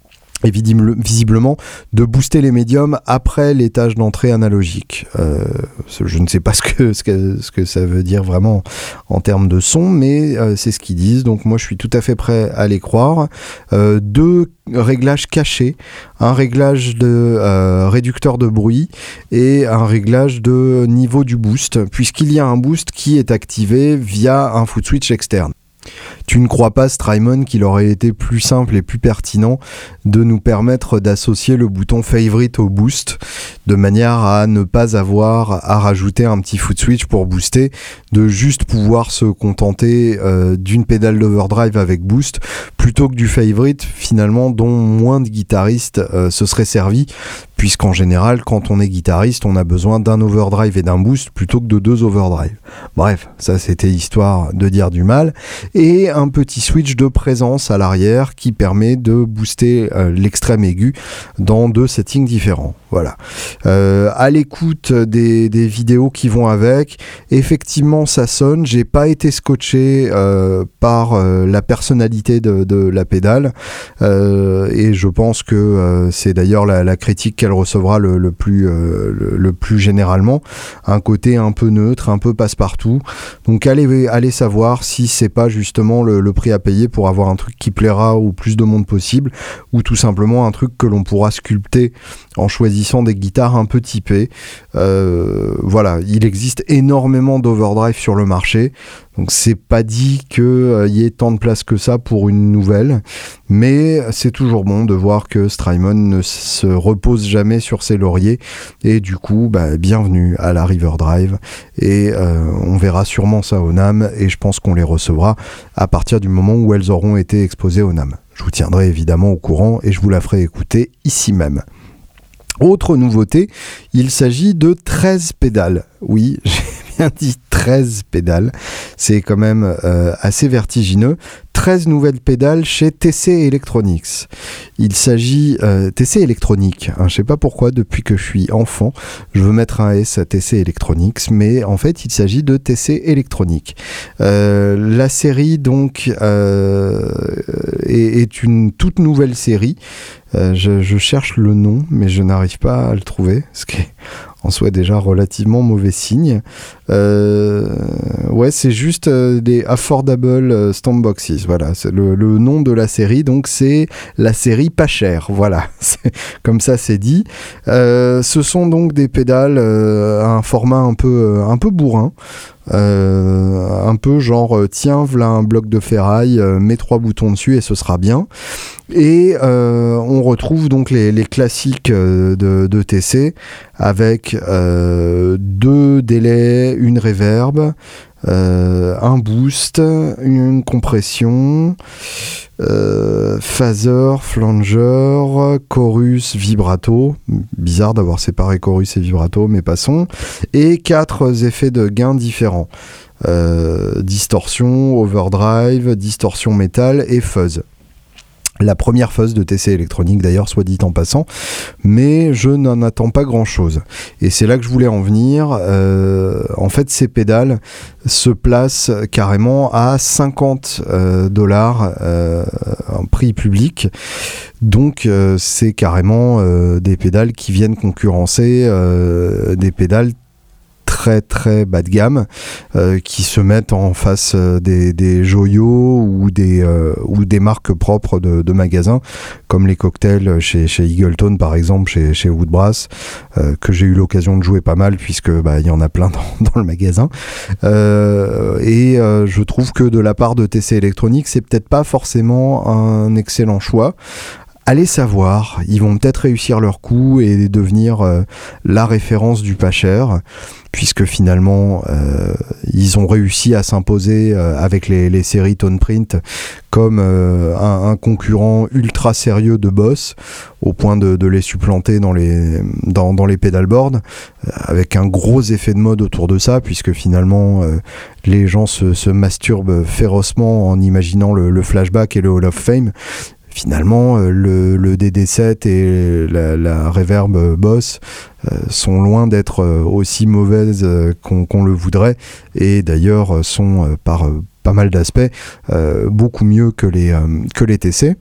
Et visiblement de booster les médiums après l'étage d'entrée analogique. Euh, je ne sais pas ce que, ce, que, ce que ça veut dire vraiment en termes de son, mais euh, c'est ce qu'ils disent, donc moi je suis tout à fait prêt à les croire. Euh, deux réglages cachés, un réglage de euh, réducteur de bruit et un réglage de niveau du boost, puisqu'il y a un boost qui est activé via un foot switch externe. Tu ne crois pas, Strymon, qu'il aurait été plus simple et plus pertinent de nous permettre d'associer le bouton Favorite au boost, de manière à ne pas avoir à rajouter un petit foot switch pour booster, de juste pouvoir se contenter euh, d'une pédale d'overdrive avec boost, plutôt que du Favorite, finalement, dont moins de guitaristes euh, se seraient servis, puisqu'en général, quand on est guitariste, on a besoin d'un overdrive et d'un boost plutôt que de deux overdrive. Bref, ça c'était histoire de dire du mal. Et un petit switch de présence à l'arrière qui permet de booster euh, l'extrême aigu dans deux settings différents. Voilà. Euh, à l'écoute des, des vidéos qui vont avec, effectivement ça sonne. J'ai pas été scotché euh, par euh, la personnalité de, de la pédale euh, et je pense que euh, c'est d'ailleurs la, la critique qu'elle recevra le, le, plus, euh, le, le plus généralement. Un côté un peu neutre, un peu passe-partout. Donc allez, allez savoir si c'est pas justement le, le prix à payer pour avoir un truc qui plaira au plus de monde possible ou tout simplement un truc que l'on pourra sculpter en choisissant des guitares un peu typées. Euh, voilà, il existe énormément d'overdrive sur le marché, donc c'est pas dit qu'il euh, y ait tant de place que ça pour une nouvelle, mais c'est toujours bon de voir que Strymon ne se repose jamais sur ses lauriers, et du coup, bah, bienvenue à la Riverdrive, et euh, on verra sûrement ça au NAMM, et je pense qu'on les recevra à partir du moment où elles auront été exposées au NAMM. Je vous tiendrai évidemment au courant, et je vous la ferai écouter ici même. Autre nouveauté, il s'agit de treize pédales. Oui, j'ai bien dit treize pédales. C'est quand même euh, assez vertigineux. treize nouvelles pédales chez T C Electronics. Il s'agit... Euh, T C Electronics, hein, je ne sais pas pourquoi, depuis que je suis enfant, je veux mettre un S à T C Electronics, mais en fait, il s'agit de T C Electronics. Euh, la série, donc, euh, est, est une toute nouvelle série. Euh, je, je cherche le nom, mais je n'arrive pas à le trouver, ce qui est en soi déjà relativement mauvais signe. Euh, ouais, c'est juste euh, des Affordable euh, Stomp Boxes. Voilà, c'est le, le nom de la série, donc c'est la série pas chère. Voilà, c'est, comme ça c'est dit. Euh, ce sont donc des pédales euh, à un format un peu, un peu bourrin. Euh, un peu genre euh, tiens voilà un bloc de ferraille, euh, mets trois boutons dessus et ce sera bien. Et euh, on retrouve donc les, les classiques euh, de, de T C avec euh, deux délais, une reverb, euh, un boost, une compression, euh, phaser, flanger, chorus, vibrato. Bizarre d'avoir séparé chorus et vibrato, mais passons. Et quatre effets de gain différents. Euh, distorsion, overdrive, distorsion métal et fuzz. La première fuzz de T C Electronics d'ailleurs, soit dit en passant, mais je n'en attends pas grand chose. Et c'est là que je voulais en venir. Euh, en fait, ces pédales se placent carrément à cinquante dollars euh, en prix public. Donc euh, c'est carrément euh, des pédales qui viennent concurrencer euh, des pédales très très bas de gamme euh, qui se mettent en face euh, des, des joyaux ou des, euh, ou des marques propres de, de magasins comme les cocktails chez, chez Eagleton par exemple, chez, chez Woodbrass euh, que j'ai eu l'occasion de jouer pas mal puisque bah, y en a plein dans, dans le magasin euh, et euh, je trouve que de la part de T C Electronics c'est peut-être pas forcément un excellent choix. allez savoir, ils vont peut-être réussir leur coup et devenir euh, la référence du pas cher, puisque finalement euh, ils ont réussi à s'imposer euh, avec les, les séries Tone Print comme euh, un, un concurrent ultra sérieux de boss, au point de, de les supplanter dans les, dans, dans les pedalboards, euh, avec un gros effet de mode autour de ça, puisque finalement euh, les gens se, se masturbent férocement en imaginant le, le flashback et le Hall of Fame. Finalement, le, le D D sept et la, la Reverb Boss euh, sont loin d'être euh, aussi mauvaises euh, qu'on, qu'on le voudrait, et d'ailleurs sont euh, par euh, pas mal d'aspects euh, beaucoup mieux que les, euh, que les T C.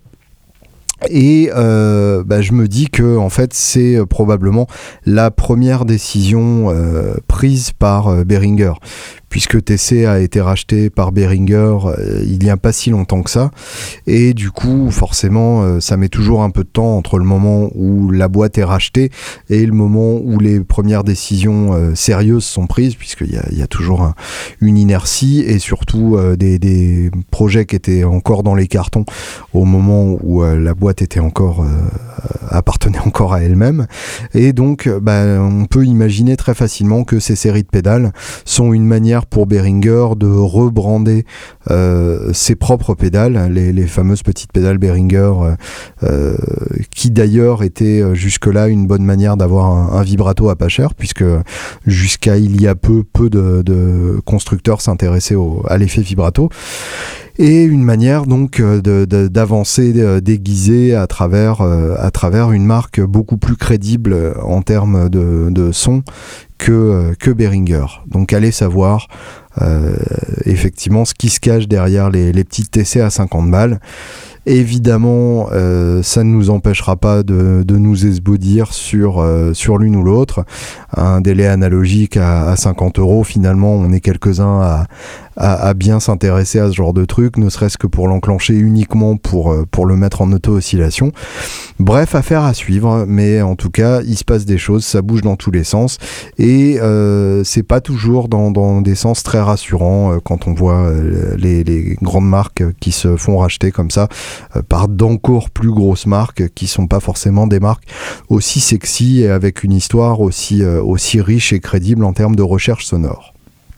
Et euh, bah, je me dis que en fait c'est probablement la première décision euh, prise par euh, Behringer, puisque T C a été racheté par Behringer euh, il n'y a pas si longtemps que ça, et du coup forcément euh, ça met toujours un peu de temps entre le moment où la boîte est rachetée et le moment où les premières décisions euh, sérieuses sont prises, puisqu'il y a, il y a toujours un, une inertie, et surtout euh, des, des projets qui étaient encore dans les cartons au moment où euh, la boîte était encore euh, appartenait encore à elle-même, et donc bah, on peut imaginer très facilement que ces séries de pédales sont une manière pour Behringer de rebrander euh, ses propres pédales, les, les fameuses petites pédales Behringer, euh, qui d'ailleurs étaient jusque-là une bonne manière d'avoir un, un vibrato à pas cher, puisque jusqu'à il y a peu, peu de, de constructeurs s'intéressaient au, à l'effet vibrato. Et une manière donc de, de, d'avancer euh, déguisée à travers, euh, à travers une marque beaucoup plus crédible en termes de, de son que, euh, que Behringer. Donc allez savoir euh, effectivement ce qui se cache derrière les, les petites T C à cinquante balles. Évidemment, euh, ça ne nous empêchera pas de, de nous esbaudir sur, euh, sur l'une ou l'autre. Un délai analogique à, à cinquante euros, finalement, on est quelques-uns à, à, à bien s'intéresser à ce genre de truc, ne serait-ce que pour l'enclencher uniquement pour, pour le mettre en auto-oscillation. Bref, affaire à suivre, mais en tout cas, il se passe des choses, ça bouge dans tous les sens, et euh, c'est pas toujours dans, dans des sens très rassurants euh, quand on voit euh, les, les grandes marques qui se font racheter comme ça, par d'encore plus grosses marques qui sont pas forcément des marques aussi sexy et avec une histoire aussi, euh, aussi riche et crédible en termes de recherche sonore.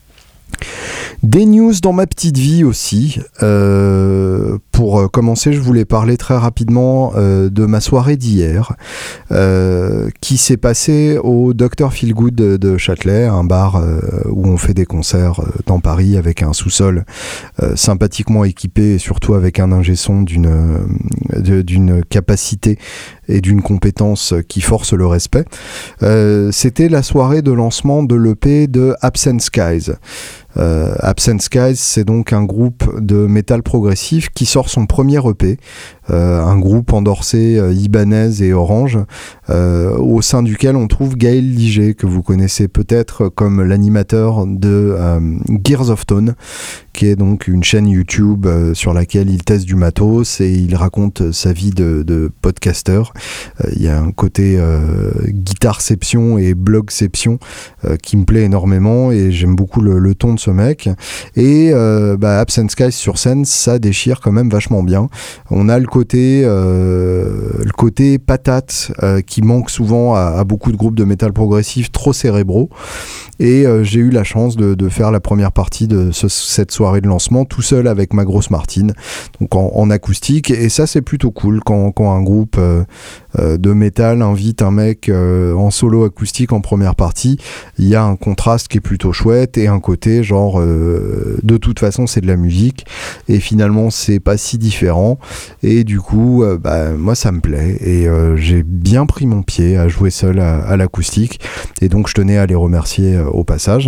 Des news dans ma petite vie aussi. Euh, pour commencer, je voulais parler très rapidement euh, de ma soirée d'hier, euh, qui s'est passée au docteur Feelgood de, de Châtelet, un bar euh, où on fait des concerts euh, dans Paris, avec un sous-sol euh, sympathiquement équipé, et surtout avec un ingé son d'une, de, d'une capacité et d'une compétence qui force le respect. Euh, c'était la soirée de lancement de l'E P de Absent Skies. Euh, Absent Skies, c'est donc un groupe de métal progressif qui sort son premier E P, euh, un groupe endorsé euh, Ibanez et Orange, euh, au sein duquel on trouve Gaël Liger, que vous connaissez peut-être comme l'animateur de euh, Gears of Tone, qui est donc une chaîne YouTube euh, sur laquelle il teste du matos et il raconte sa vie de, de podcaster. Euh, il y a un côté euh, guitarception et blogception euh, qui me plaît énormément, et j'aime beaucoup le, le ton de ce mec. Et euh, bah, Absent Skies sur scène, ça déchire quand même vachement bien. On a le côté euh, le côté patate euh, qui manque souvent à, à beaucoup de groupes de métal progressif trop cérébraux. Et euh, j'ai eu la chance de, de faire la première partie de ce, cette soirée de lancement tout seul avec ma grosse Martine, donc en, en acoustique. Et ça, c'est plutôt cool quand, quand un groupe euh, euh, de métal invite un mec euh, en solo acoustique en première partie. Il y a un contraste qui est plutôt chouette, et un côté genre euh, de toute façon c'est de la musique et finalement c'est pas si différent. Et du coup euh, bah, moi ça me plaît, et euh, j'ai bien pris mon pied à jouer seul à, à l'acoustique, et donc je tenais à les remercier euh, au passage.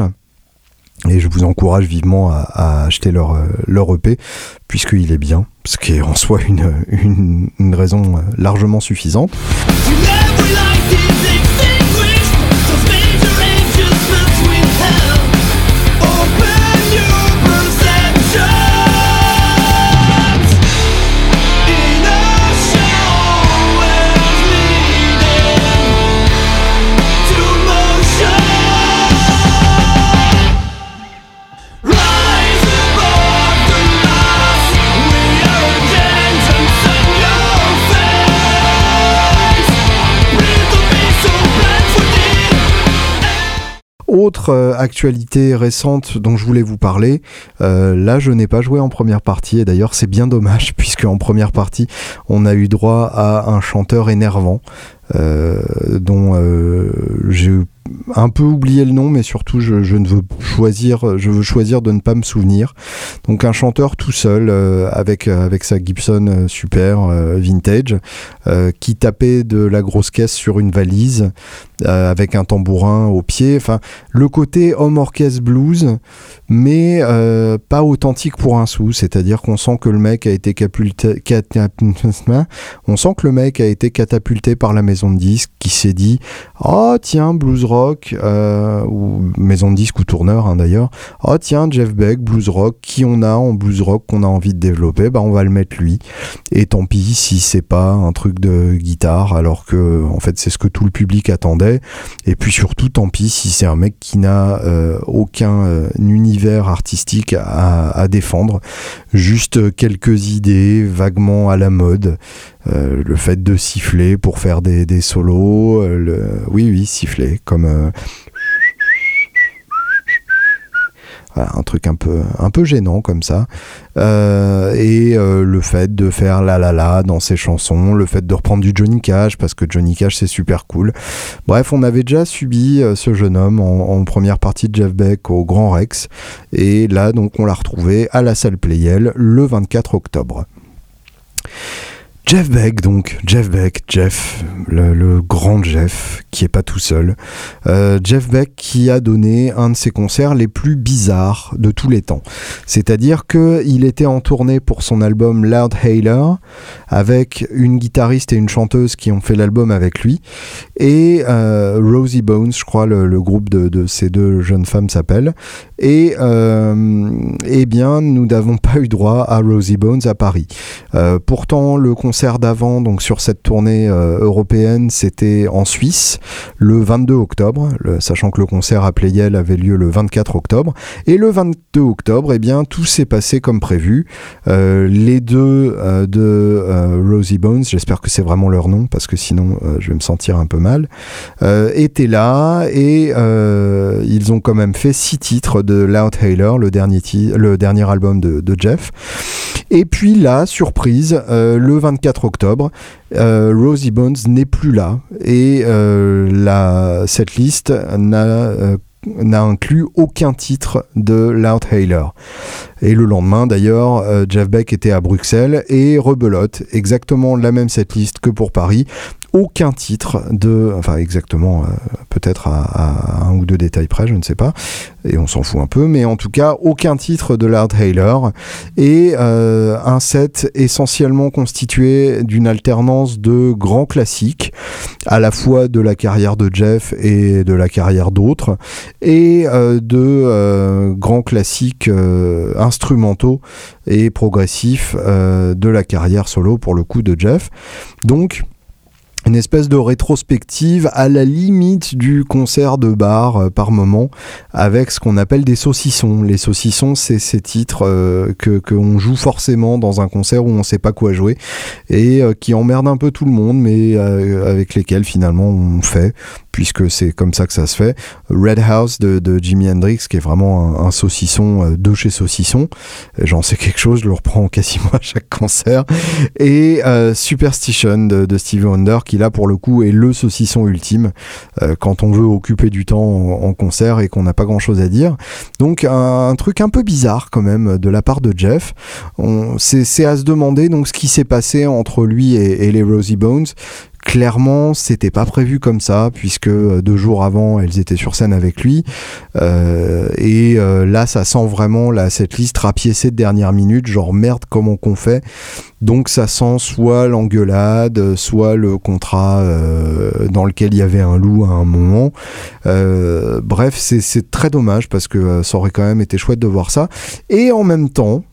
Et je vous encourage vivement à, à acheter leur, leur E P, puisqu'il est bien, ce qui est en soi une, une, une raison largement suffisante. Rise above the loss, we are a gentle, send your face. Autre euh, actualité récente dont je voulais vous parler, euh, là je n'ai pas joué en première partie et d'ailleurs c'est bien dommage puisque en première partie on a eu droit à un chanteur énervant euh, dont euh, j'ai un peu oublié le nom, mais surtout je, je ne veux choisir, je veux choisir de ne pas me souvenir. Donc un chanteur tout seul euh, avec avec sa Gibson euh, super euh, vintage euh, qui tapait de la grosse caisse sur une valise euh, avec un tambourin au pied. Enfin, le côté homme orchestre blues, mais euh, pas authentique pour un sou. C'est-à-dire qu'on sent que le mec a été catapulté, catapulté, on sent que le mec a été catapulté par la maison de disques qui s'est dit oh tiens blues rock euh, ou maison de disques ou tourneur hein, d'ailleurs oh tiens Jeff Beck blues rock, qui on a en blues rock qu'on a envie de développer, bah on va le mettre lui et tant pis si c'est pas un truc de guitare alors que en fait c'est ce que tout le public attendait, et puis surtout tant pis si c'est un mec qui n'a euh, aucun euh, univers artistique à, à défendre, juste quelques idées vaguement à la mode. Euh, le fait de siffler pour faire des, des solos, euh, le... oui oui siffler comme euh... voilà, un truc un peu un peu gênant comme ça, euh, et euh, le fait de faire la la la dans ses chansons, le fait de reprendre du Johnny Cash parce que Johnny Cash c'est super cool. Bref, on avait déjà subi euh, ce jeune homme en, en première partie de Jeff Beck au Grand Rex, et là donc on l'a retrouvé à la salle Playel le vingt-quatre octobre. Jeff Beck, donc, Jeff Beck, Jeff, le, le grand Jeff, qui est pas tout seul. Euh, Jeff Beck qui a donné un de ses concerts les plus bizarres de tous les temps. C'est-à-dire qu'il était en tournée pour son album Loud Hailer, avec une guitariste et une chanteuse qui ont fait l'album avec lui, et euh, Rosie Bones, je crois, le, le groupe de, de ces deux jeunes femmes s'appelle, et euh, eh bien, nous n'avons pas eu droit à Rosie Bones à Paris. Euh, pourtant, le concert d'avant, donc sur cette tournée euh, européenne, c'était en Suisse le vingt-deux octobre, le, sachant que le concert à Playel avait lieu le vingt-quatre octobre, et le vingt-deux octobre, eh bien tout s'est passé comme prévu. Euh, les deux euh, de euh, Rosie Bones, j'espère que c'est vraiment leur nom parce que sinon euh, je vais me sentir un peu mal, euh, étaient là, et euh, ils ont quand même fait six titres de Loud Hailer, le dernier, ti- le dernier album de, de Jeff. Et puis là, surprise, euh, le vingt-quatre octobre, euh, Rosie Bones n'est plus là, et euh, la, cette liste n'a, euh, n'a inclus aucun titre de Loud Hailer. Et le lendemain d'ailleurs, euh, Jeff Beck était à Bruxelles et rebelote, exactement la même setlist que pour Paris. Aucun titre de, enfin exactement, euh, peut-être à, à un ou deux détails près, je ne sais pas, et on s'en fout un peu, mais en tout cas aucun titre de Loud Hailer, et euh, un set essentiellement constitué d'une alternance de grands classiques, à la fois de la carrière de Jeff et de la carrière d'autres, et euh, de euh, grands classiques euh, instrumentaux et progressifs euh, de la carrière solo pour le coup de Jeff. Donc une espèce de rétrospective à la limite du concert de bar euh, par moment, avec ce qu'on appelle des saucissons. Les saucissons, c'est ces titres euh, que qu'on joue forcément dans un concert où on sait pas quoi jouer et euh, qui emmerdent un peu tout le monde, mais euh, avec lesquels finalement on fait, puisque c'est comme ça que ça se fait. Red House de, de Jimi Hendrix, qui est vraiment un, un saucisson euh, de chez Saucisson. J'en sais quelque chose, je le reprends quasiment à chaque concert. Et euh, Superstition de, de Stevie Wonder, qui là pour le coup est le saucisson ultime euh, quand on veut occuper du temps en, en concert et qu'on n'a pas grand chose à dire. Donc un, un truc un peu bizarre quand même de la part de Jeff. On, c'est, c'est à se demander donc ce qui s'est passé entre lui et, et les Rosie Bones. Clairement, c'était pas prévu comme ça, puisque deux jours avant, elles étaient sur scène avec lui. Euh, et euh, là, ça sent vraiment là, cette liste rapiécée de dernière minute, genre merde, comment qu'on fait ? Donc ça sent soit l'engueulade, soit le contrat euh, dans lequel il y avait un loup à un moment. Euh, bref, c'est, c'est très dommage, parce que euh, ça aurait quand même été chouette de voir ça. Et en même temps,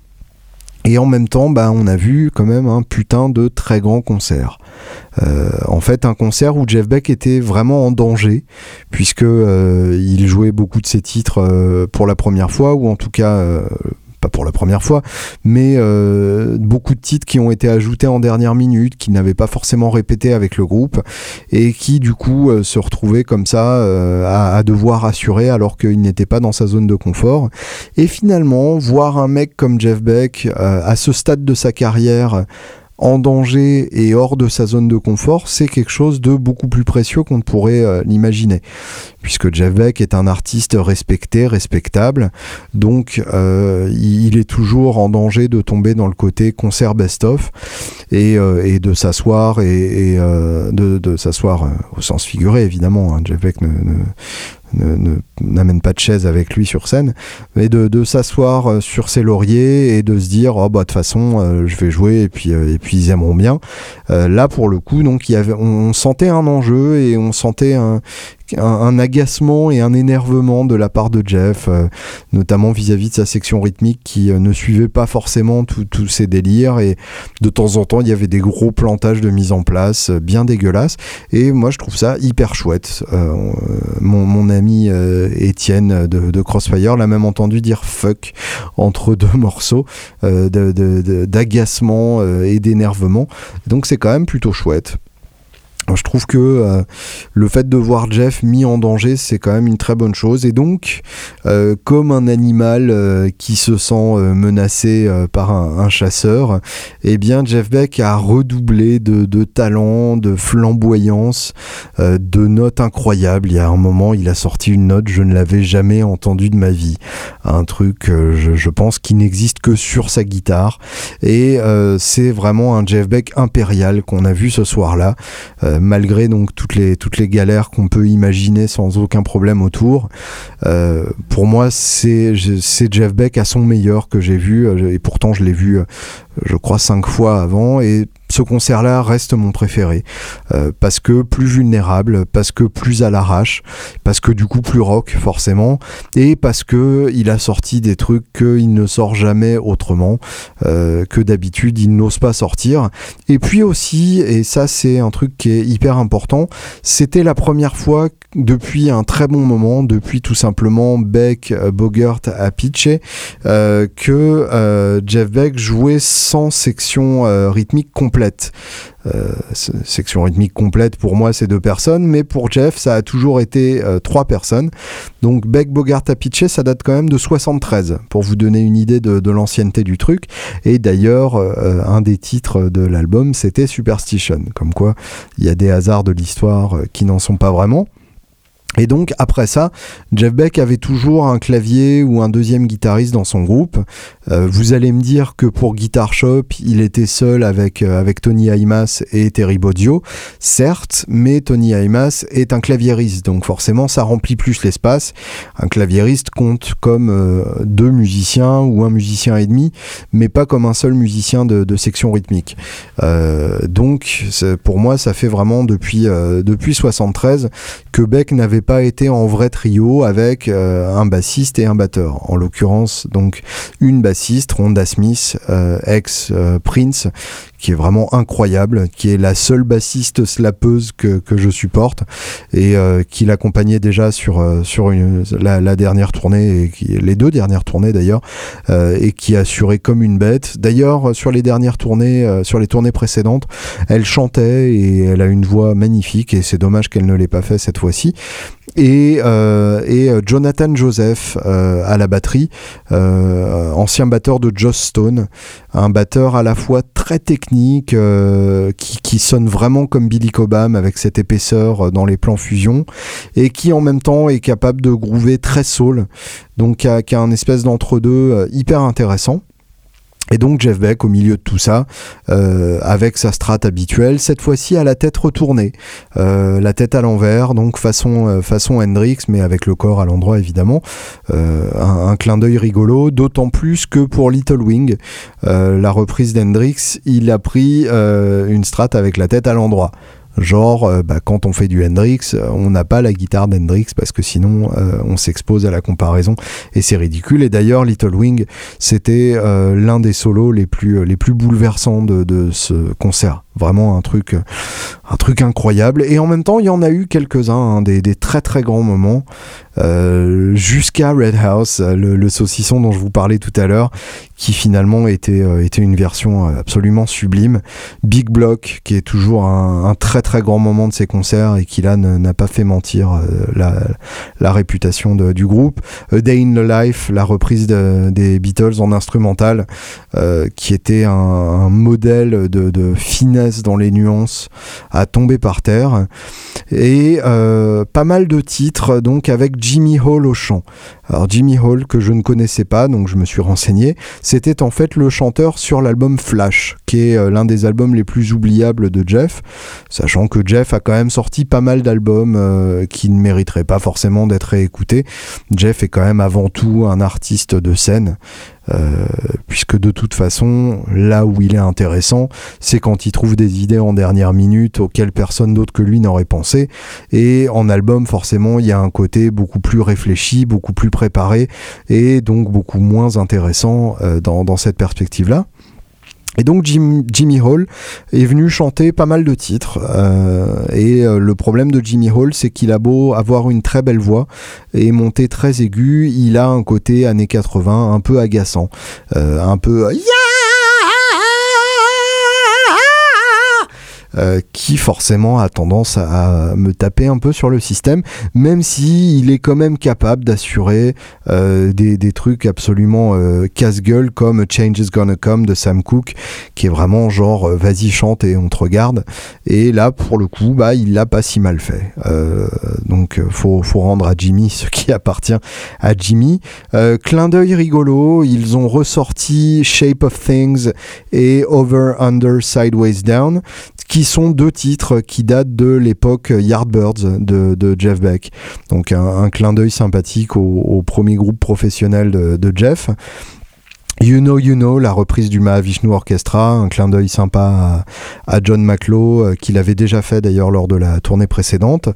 Et en même temps, bah, on a vu quand même un putain de très grand concert. Euh, en fait, un concert où Jeff Beck était vraiment en danger, puisque euh, il jouait beaucoup de ses titres euh, pour la première fois, ou en tout cas euh, pas pour la première fois, mais euh, beaucoup de titres qui ont été ajoutés en dernière minute, qui n'avaient pas forcément répété avec le groupe, et qui du coup euh, se retrouvaient comme ça euh, à, à devoir assurer alors qu'il n'était pas dans sa zone de confort. Et finalement, voir un mec comme Jeff Beck euh, à ce stade de sa carrière en danger et hors de sa zone de confort, c'est quelque chose de beaucoup plus précieux qu'on ne pourrait euh, l'imaginer. Puisque Jeff Beck est un artiste respecté, respectable, donc euh, il est toujours en danger de tomber dans le côté concert best-of et, euh, et de s'asseoir et, et euh, de, de s'asseoir euh, au sens figuré évidemment. Hein, Jeff Beck ne, ne Ne, ne, n'amène pas de chaise avec lui sur scène, mais de, de s'asseoir sur ses lauriers et de se dire oh bah de toute façon euh, je vais jouer et puis euh, et puis ils aimeront bien. Euh, là pour le coup donc il y avait, on, on sentait un enjeu et on sentait un Un, un agacement et un énervement de la part de Jeff, euh, notamment vis-à-vis de sa section rythmique qui euh, ne suivait pas forcément tous ses délires, et de temps en temps il y avait des gros plantages de mise en place euh, bien dégueulasses, et moi je trouve ça hyper chouette. euh, mon, mon ami euh, Étienne de, de Crossfire l'a même entendu dire fuck entre deux morceaux euh, de, de, de, d'agacement euh, et d'énervement, donc c'est quand même plutôt chouette. Je trouve que euh, le fait de voir Jeff mis en danger, c'est quand même une très bonne chose. Et donc, euh, comme un animal euh, qui se sent euh, menacé euh, par un, un chasseur, eh bien, Jeff Beck a redoublé de, de talent, de flamboyance, euh, de notes incroyables. Il y a un moment, il a sorti une note, je ne l'avais jamais entendue de ma vie. Un truc, euh, je, je pense, qui n'existe que sur sa guitare. Et euh, c'est vraiment un Jeff Beck impérial qu'on a vu ce soir-là. Euh, malgré donc toutes les toutes les galères qu'on peut imaginer sans aucun problème autour. Euh, pour moi, c'est c'est Jeff Beck à son meilleur que j'ai vu, et pourtant je l'ai vu, je crois, cinq fois avant, et ce concert-là reste mon préféré, euh, parce que plus vulnérable, parce que plus à l'arrache, parce que du coup plus rock forcément, et parce que il a sorti des trucs qu'il ne sort jamais autrement, euh, que d'habitude il n'ose pas sortir. Et puis aussi, et ça c'est un truc qui est hyper important, c'était la première fois depuis un très bon moment, depuis tout simplement Beck, Bogert à Pitcher, euh, que euh, Jeff Beck jouait sans section euh, rythmique complète. Euh, section rythmique complète, pour moi c'est deux personnes, mais pour Jeff ça a toujours été euh, trois personnes. Donc Beck, Bogert à Pitcher, ça date quand même de soixante-treize, pour vous donner une idée de, de l'ancienneté du truc. Et d'ailleurs euh, un des titres de l'album c'était Superstition, comme quoi il y a des hasards de l'histoire euh, qui n'en sont pas vraiment. Et donc après ça, Jeff Beck avait toujours un clavier ou un deuxième guitariste dans son groupe. Euh, vous allez me dire que pour Guitar Shop, il était seul avec, euh, avec Tony Iommi et Terry Bozzio, certes, mais Tony Iommi est un claviériste, donc forcément ça remplit plus l'espace. Un claviériste compte comme euh, deux musiciens ou un musicien et demi, mais pas comme un seul musicien de, de section rythmique. Euh, donc pour moi, ça fait vraiment depuis, euh, depuis soixante-treize que Beck n'avait pas été en vrai trio avec euh, un bassiste et un batteur. En l'occurrence, donc une bassiste, Rhonda Smith, euh, ex euh, Prince, qui est vraiment incroyable, qui est la seule bassiste slappeuse que, que je supporte, et euh, qui l'accompagnait déjà sur, euh, sur une, la, la dernière tournée, et qui, les deux dernières tournées d'ailleurs, euh, et qui assurait comme une bête. D'ailleurs, sur les dernières tournées, euh, sur les tournées précédentes, elle chantait et elle a une voix magnifique, et c'est dommage qu'elle ne l'ait pas fait cette fois-ci. Et, euh, et Jonathan Joseph euh, à la batterie, euh, ancien batteur de Joss Stone, un batteur à la fois très technique, euh, qui, qui sonne vraiment comme Billy Cobham avec cette épaisseur dans les plans fusion, et qui en même temps est capable de groover très soul, donc qui a, qui a un espèce d'entre-deux euh, hyper intéressant. Et donc Jeff Beck au milieu de tout ça, euh, avec sa strat habituelle, cette fois-ci à la tête retournée, euh, la tête à l'envers, donc façon euh, façon Hendrix, mais avec le corps à l'endroit évidemment, euh, un, un clin d'œil rigolo, d'autant plus que pour Little Wing, euh, la reprise d'Hendrix, il a pris euh, une strat avec la tête à l'endroit. Genre, euh, bah, quand on fait du Hendrix, on n'a pas la guitare d'Hendrix parce que sinon euh, on s'expose à la comparaison et c'est ridicule. Et d'ailleurs, Little Wing, c'était euh, l'un des solos les plus, les plus bouleversants de, de ce concert. Vraiment un truc, un truc incroyable. Et en même temps, il y en a eu quelques-uns, hein, des, des très très grands moments, euh, jusqu'à Red House, le, le saucisson dont je vous parlais tout à l'heure, qui finalement était, euh, était une version absolument sublime. Big Block, qui est toujours un, un très très grand moment de ses concerts et qui là n'a pas fait mentir euh, la, la réputation de, du groupe. A Day in the Life, la reprise de, des Beatles en instrumental, euh, qui était un, un modèle de, de finesse dans les nuances à tomber par terre. Et euh, pas mal de titres donc avec Jimmy Hall au chant. Alors Jimmy Hall, que je ne connaissais pas, donc je me suis renseigné, c'était en fait le chanteur sur l'album Flash, qui est euh, l'un des albums les plus oubliables de Jeff, sachant que Jeff a quand même sorti pas mal d'albums euh, qui ne mériteraient pas forcément d'être réécoutés. Jeff est quand même avant tout un artiste de scène, Euh, puisque de toute façon, là où il est intéressant, c'est quand il trouve des idées en dernière minute auxquelles personne d'autre que lui n'aurait pensé. Et en album, forcément, il y a un côté beaucoup plus réfléchi, beaucoup plus préparé, et donc beaucoup moins intéressant euh, dans, dans cette perspective-là. Et donc Jim, Jimmy Hall est venu chanter pas mal de titres, euh, et euh, le problème de Jimmy Hall, c'est qu'il a beau avoir une très belle voix et monter très aigu, il a un côté années quatre-vingts un peu agaçant, euh, un peu yeah Euh, qui forcément a tendance à, à me taper un peu sur le système, même si il est quand même capable d'assurer euh, des, des trucs absolument euh, casse-gueule comme Change is Gonna Come de Sam Cooke, qui est vraiment genre euh, vas-y chante et on te regarde. Et là pour le coup bah il l'a pas si mal fait, euh, donc faut, faut rendre à Jimmy ce qui appartient à Jimmy. Euh, clin d'œil rigolo, ils ont ressorti Shape of Things et Over Under Sideways Down, qui sont deux titres qui datent de l'époque Yardbirds de, de Jeff Beck. Donc un, un clin d'œil sympathique au, au premier groupe professionnel de, de Jeff. You Know, You Know, la reprise du Mahavishnu Orchestra, un clin d'œil sympa à, à John McLaughlin, euh, qu'il avait déjà fait d'ailleurs lors de la tournée précédente.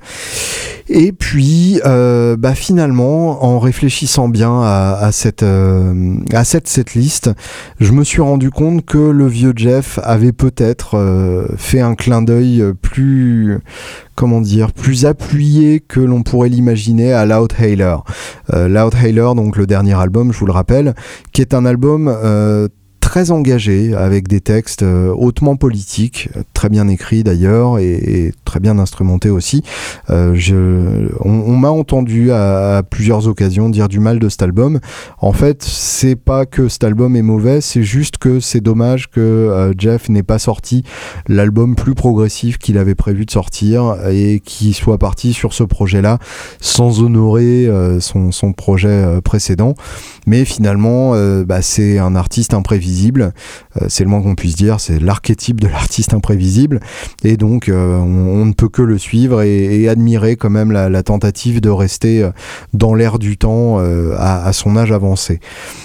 Et puis, euh, bah finalement, en réfléchissant bien à, à cette euh, à cette setlist, je me suis rendu compte que le vieux Jeff avait peut-être euh, fait un clin d'œil plus, comment dire, plus appuyé que l'on pourrait l'imaginer à Loudhailer. Euh, Loudhailer, donc le dernier album, je vous le rappelle, qui est un album euh, très engagé, avec des textes euh, hautement politiques, très bien écrits d'ailleurs, et, et très bien instrumentés aussi. Euh, je, on, on m'a entendu à, à plusieurs occasions dire du mal de cet album. En fait, c'est pas que cet album est mauvais, c'est juste que c'est dommage que euh, Jeff n'ait pas sorti l'album plus progressif qu'il avait prévu de sortir, et qu'il soit parti sur ce projet-là sans honorer euh, son, son projet euh, précédent. Mais finalement, euh, bah, c'est un artiste imprévisible. Euh, c'est le moins qu'on puisse dire, c'est l'archétype de l'artiste imprévisible, et donc euh, on, on ne peut que le suivre et, et admirer quand même la, la tentative de rester dans l'air du temps euh, à, à son âge avancé.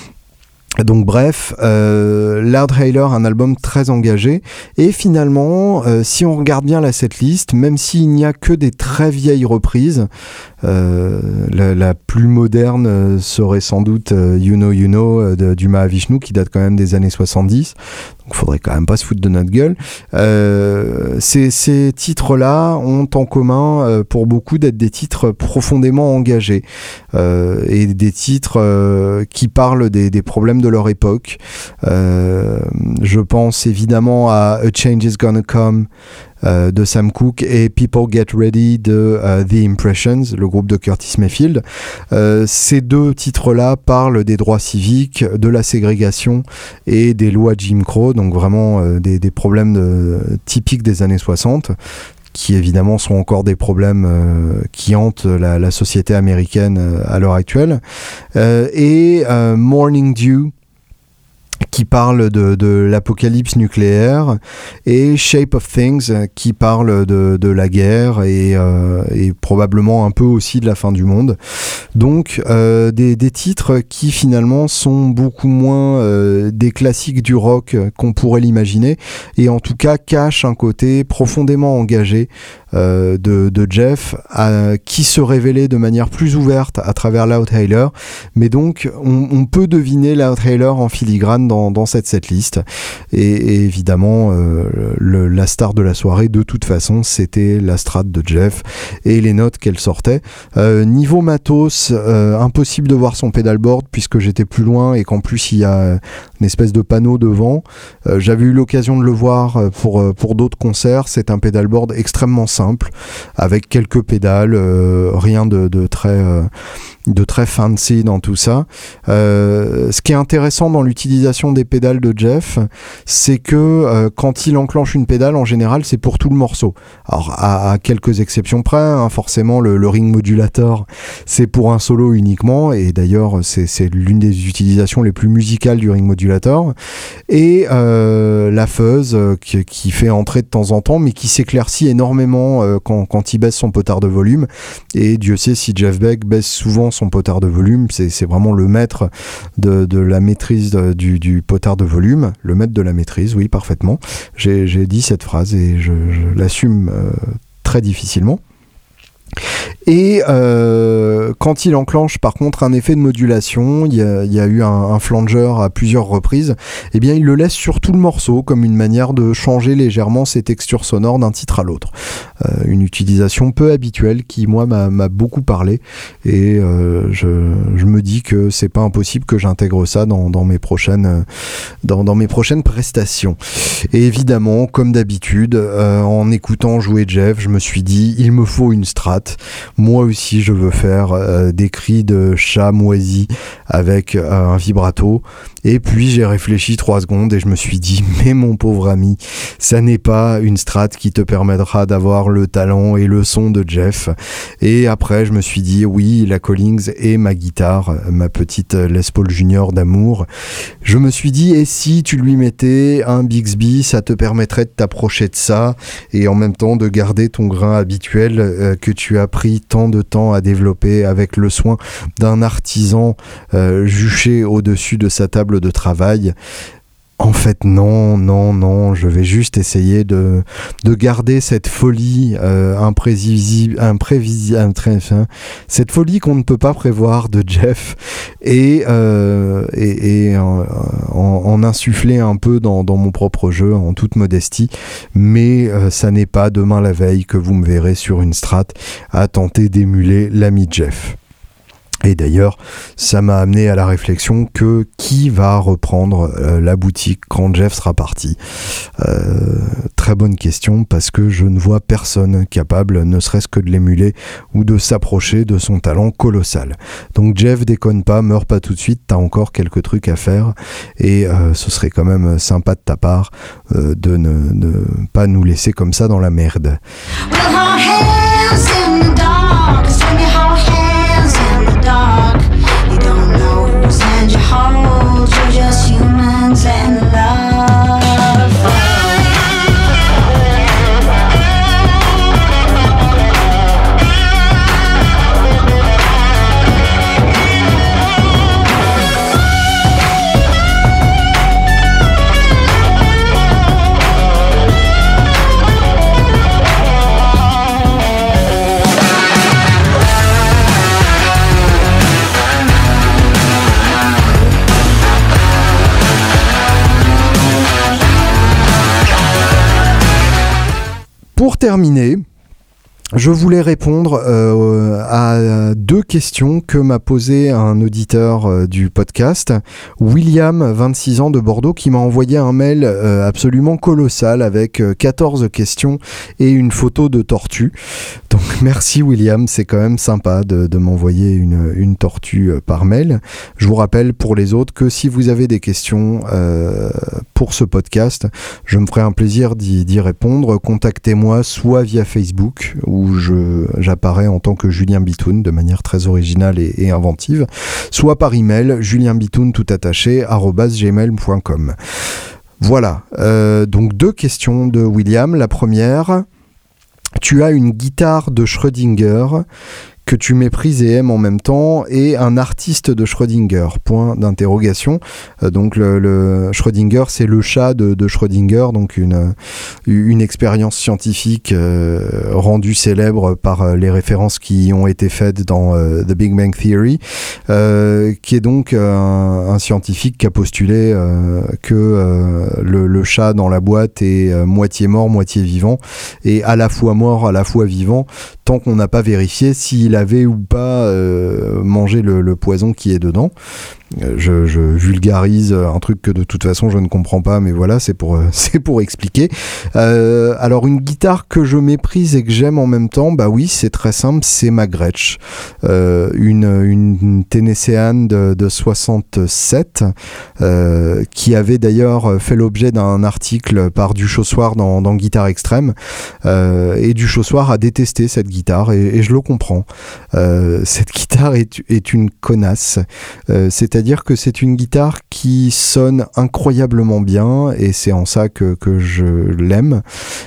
Donc bref, euh, Loudhailer, un album très engagé, et finalement, euh, si on regarde bien la setlist, même s'il n'y a que des très vieilles reprises, euh, la, la plus moderne serait sans doute euh, You Know You Know euh, de, du Mahavishnu, qui date quand même des années soixante-dix, donc faudrait quand même pas se foutre de notre gueule. Euh, ces, ces titres-là ont en commun euh, pour beaucoup d'être des titres profondément engagés, euh, et des titres euh, qui parlent des, des problèmes de leur époque. Euh, je pense évidemment à A Change is Gonna Come euh, de Sam Cooke et People Get Ready de uh, The Impressions, le groupe de Curtis Mayfield. Euh, ces deux titres-là parlent des droits civiques, de la ségrégation et des lois Jim Crow, donc vraiment euh, des, des problèmes de, typiques des années soixante, qui évidemment sont encore des problèmes euh, qui hantent la, la société américaine euh, à l'heure actuelle. Euh, et euh, Morning Dew, qui parle de, de l'apocalypse nucléaire, et Shape of Things, qui parle de, de la guerre et, euh, et probablement un peu aussi de la fin du monde. Donc euh, des, des titres qui finalement sont beaucoup moins euh, des classiques du rock qu'on pourrait l'imaginer, et en tout cas cachent un côté profondément engagé Euh, de, de Jeff, à, qui se révélait de manière plus ouverte à travers Loudhailer, mais donc on, on peut deviner Loudhailer en filigrane dans, dans cette setlist. Et, et évidemment, euh, le, la star de la soirée, de toute façon, c'était la Strat de Jeff et les notes qu'elle sortait. Euh, niveau matos, euh, impossible de voir son pedalboard puisque j'étais plus loin et qu'en plus il y a une espèce de panneau devant. Euh, j'avais eu l'occasion de le voir pour, pour d'autres concerts. C'est un pedalboard extrêmement simple avec quelques pédales, euh, rien de, de très... Euh, de très fancy dans tout ça. Euh, ce qui est intéressant dans l'utilisation des pédales de Jeff, c'est que euh, quand il enclenche une pédale, en général, c'est pour tout le morceau. Alors, à, à quelques exceptions près, hein, forcément, le, le ring modulator, c'est pour un solo uniquement, et d'ailleurs, c'est, c'est l'une des utilisations les plus musicales du ring modulator. Et euh, la fuzz, euh, qui, qui fait entrer de temps en temps, mais qui s'éclaircit énormément euh, quand, quand il baisse son potard de volume. Et Dieu sait si Jeff Beck baisse souvent son potard de volume, c'est, c'est vraiment le maître de, de la maîtrise de, du, du potard de volume, le maître de la maîtrise, oui, parfaitement. J'ai, j'ai dit cette phrase et je, je l'assume euh, très difficilement. Et euh, quand il enclenche par contre un effet de modulation, il y a, il y a eu un, un flanger à plusieurs reprises, eh bien il le laisse sur tout le morceau comme une manière de changer légèrement ses textures sonores d'un titre à l'autre. Euh, une utilisation peu habituelle qui moi m'a, m'a beaucoup parlé et euh, je, je me dis que c'est pas impossible que j'intègre ça dans, dans mes prochaines dans, dans mes prochaines prestations. Et évidemment, comme d'habitude, euh, en écoutant jouer Jeff, je me suis dit il me faut une Strat. Moi aussi, je veux faire euh, des cris de chat moisi avec euh, un vibrato. Et puis, j'ai réfléchi trois secondes et je me suis dit, mais mon pauvre ami, ça n'est pas une Strat qui te permettra d'avoir le talent et le son de Jeff. Et après, je me suis dit, oui, la Collings et ma guitare, ma petite Les Paul Junior d'amour. Je me suis dit, et si tu lui mettais un Bixby, ça te permettrait de t'approcher de ça et en même temps de garder ton grain habituel euh, que tu as pris tant de temps à développer avec le soin d'un artisan euh, juché au-dessus de sa table de travail. En fait, non, non, non, je vais juste essayer de, de garder cette folie euh, imprévisible, imprévisible, cette folie qu'on ne peut pas prévoir de Jeff et, euh, et, et en, en insuffler un peu dans, dans mon propre jeu, en toute modestie. Mais euh, ça n'est pas demain la veille que vous me verrez sur une Strat à tenter d'émuler l'ami Jeff. Et d'ailleurs, ça m'a amené à la réflexion que qui va reprendre euh, la boutique quand Jeff sera parti ? euh, Très bonne question, parce que je ne vois personne capable, ne serait-ce que de l'émuler ou de s'approcher de son talent colossal. Donc Jeff, déconne pas, meurs pas tout de suite, t'as encore quelques trucs à faire, et euh, ce serait quand même sympa de ta part euh, de ne, ne pas nous laisser comme ça dans la merde. Dark. You don't know whose hand you hold. You're just humans and love. Pour terminer, je voulais répondre euh, à deux questions que m'a posé un auditeur euh, du podcast, William, vingt-six ans de Bordeaux, qui m'a envoyé un mail euh, absolument colossal avec euh, quatorze questions et une photo de tortue. Donc merci William, c'est quand même sympa de, de m'envoyer une, une tortue euh, par mail. Je vous rappelle pour les autres que si vous avez des questions euh, pour ce podcast, je me ferai un plaisir d'y, d'y répondre. Contactez-moi soit via Facebook, où je, j'apparais en tant que Julien Bitoun de manière très originale et, et inventive, soit par email julienbitoun tout attaché arobase gmail point com. Voilà, euh, donc deux questions de William. La première, tu as une guitare de Schrödinger que tu méprises et aimes en même temps, et un artiste de Schrödinger, point d'interrogation. Euh, donc le, le Schrödinger, c'est le chat de, de Schrödinger, donc une, une expérience scientifique euh, rendue célèbre par les références qui ont été faites dans euh, The Big Bang Theory, euh, qui est donc un, un scientifique qui a postulé euh, que euh, le, le chat dans la boîte est euh, moitié mort, moitié vivant, et à la fois mort, à la fois vivant, tant qu'on n'a pas vérifié s'il avait ou pas euh, mangé le, le poison qui est dedans. Je, je vulgarise un truc que de toute façon je ne comprends pas, mais voilà, c'est pour, c'est pour expliquer. Euh, alors une guitare que je méprise et que j'aime en même temps, bah oui, c'est très simple, c'est ma Gretsch. Euh, une, une Tennessean de, de soixante-sept, euh, qui avait d'ailleurs fait l'objet d'un article par Duchossoir dans, dans Guitare Extrême, euh, et Duchossoir a détesté cette guitare, et, et je le comprends. Euh, cette guitare est, est une connasse, euh, c'est C'est-à-dire que c'est une guitare qui sonne incroyablement bien, et c'est en ça que, que je l'aime.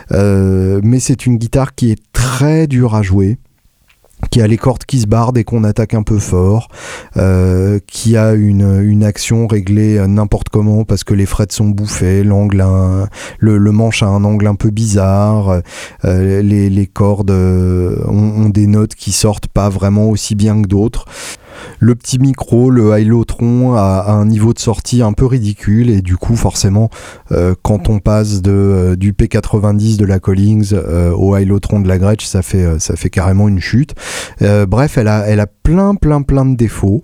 Euh, mais c'est une guitare qui est très dure à jouer, qui a les cordes qui se barrent dès qu'on attaque un peu fort, euh, qui a une, une action réglée n'importe comment parce que les frettes sont bouffées, l'angle un, le, le manche a un angle un peu bizarre, euh, les, les cordes ont, ont des notes qui sortent pas vraiment aussi bien que d'autres. Le petit micro, le Hylotron, a, a un niveau de sortie un peu ridicule, et du coup forcément euh, quand on passe de, euh, du P quatre-vingt-dix de la Collings euh, au Hylotron de la Gretsch, ça fait, ça fait carrément une chute. Euh, bref, elle a, elle a plein plein plein de défauts,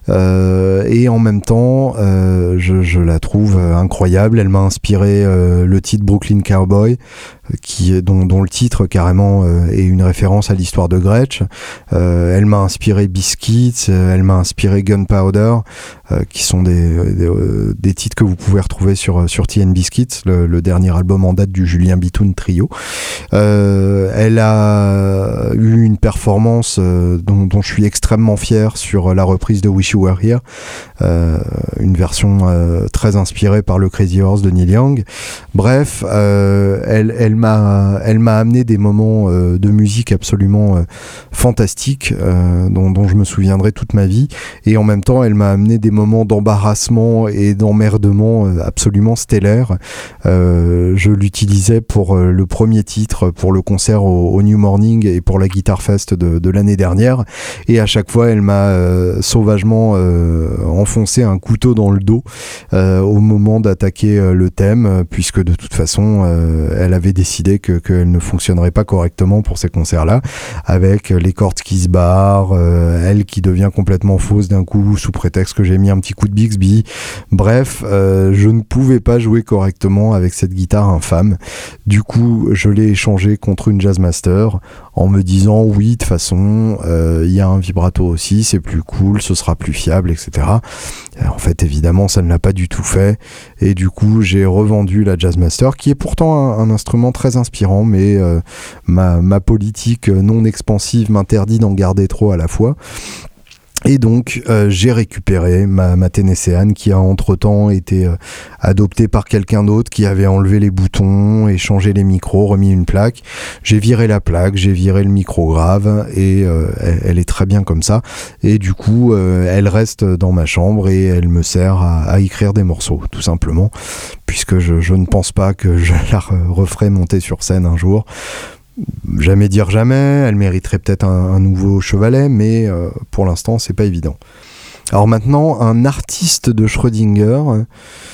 euh, et en même temps euh, je, je la trouve incroyable. Elle m'a inspiré euh, le titre Brooklyn Cowboy, qui, dont, dont le titre carrément euh, est une référence à l'histoire de Gretsch. Euh, elle m'a inspiré Biscuits, euh, elle m'a inspiré Gunpowder, euh, qui sont des, des, euh, des titres que vous pouvez retrouver sur, sur Tea and Biscuits, le, le dernier album en date du Julien Bitoun Trio. Euh, elle a eu une performance euh, dont, dont je suis extrêmement fier sur la reprise de Wish You Were Here, euh, une version euh, très inspirée par le Crazy Horse de Neil Young. Bref, euh, elle, elle m'a, elle m'a amené des moments euh, de musique absolument euh, fantastiques, euh, dont, dont je me souviendrai toute ma vie, et en même temps elle m'a amené des moments d'embarrassement et d'emmerdement euh, absolument stellaires. Euh, je l'utilisais pour euh, le premier titre, pour le concert au, au New Morning et pour la Guitar Fest de, de l'année dernière, et à chaque fois elle m'a euh, sauvagement euh, enfoncé un couteau dans le dos euh, au moment d'attaquer euh, le thème, puisque de toute façon euh, elle avait décidé que, qu'elle ne fonctionnerait pas correctement pour ces concerts-là, avec les cordes qui se barrent, euh, elle qui devient complètement fausse d'un coup sous prétexte que j'ai mis un petit coup de Bixby. Bref, euh, je ne pouvais pas jouer correctement avec cette guitare infâme. Du coup, je l'ai échangée contre une Jazzmaster en me disant oui, de toute façon, il euh, y a un vibrato aussi, c'est plus cool, ce sera plus fiable, et cetera. En fait, évidemment, ça ne l'a pas du tout fait, et du coup, j'ai revendu la Jazzmaster, qui est pourtant un, un instrument très inspirant, mais euh, ma, ma politique non expansive m'interdit d'en garder trop à la fois. Et donc euh, j'ai récupéré ma, ma Tennessean, qui a entre-temps été euh, adoptée par quelqu'un d'autre qui avait enlevé les boutons et changé les micros, remis une plaque. J'ai viré la plaque, j'ai viré le micro grave, et euh, elle, elle est très bien comme ça. Et du coup, euh, elle reste dans ma chambre et elle me sert à, à écrire des morceaux, tout simplement, puisque je, je ne pense pas que je la referai monter sur scène un jour. Jamais dire jamais, elle mériterait peut-être un, un nouveau chevalet, mais euh, pour l'instant c'est pas évident. Alors maintenant, un artiste de Schrödinger,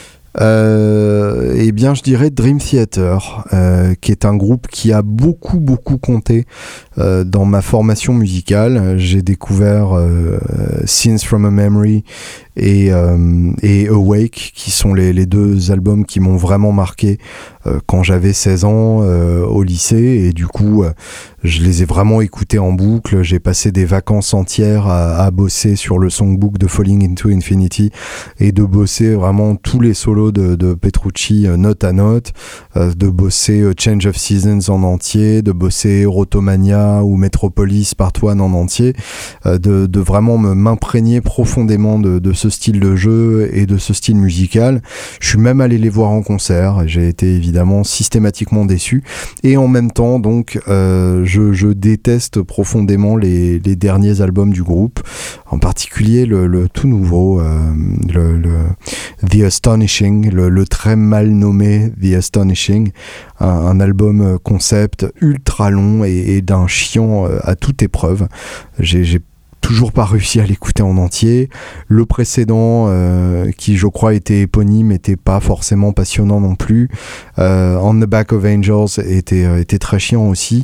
euh, eh bien je dirais Dream Theater, euh, qui est un groupe qui a beaucoup beaucoup compté euh, dans ma formation musicale. J'ai découvert euh, Scenes from a Memory et, euh, et Awake, qui sont les, les deux albums qui m'ont vraiment marqué euh, quand j'avais seize ans euh, au lycée, et du coup euh, je les ai vraiment écoutés en boucle. J'ai passé des vacances entières à, à bosser sur le songbook de Falling into Infinity, et de bosser vraiment tous les solos solo de, de Petrucci euh, note à note, euh, de bosser euh, Change of Seasons en entier, de bosser Rotomania ou Metropolis Part un en entier, euh, de, de vraiment me, m'imprégner profondément de, de ce style de jeu et de ce style musical. Je suis même allé les voir en concert, j'ai été évidemment systématiquement déçu, et en même temps donc euh, je, je déteste profondément les, les derniers albums du groupe, en particulier le, le tout nouveau euh, le, le The Astonishing, le, le très mal nommé The Astonishing, un, un album concept ultra long et, et d'un chiant à toute épreuve. J'ai, j'ai toujours pas réussi à l'écouter en entier. Le précédent, euh, qui je crois était éponyme, était pas forcément passionnant non plus. Euh, On the Back of Angels était, euh, était très chiant aussi.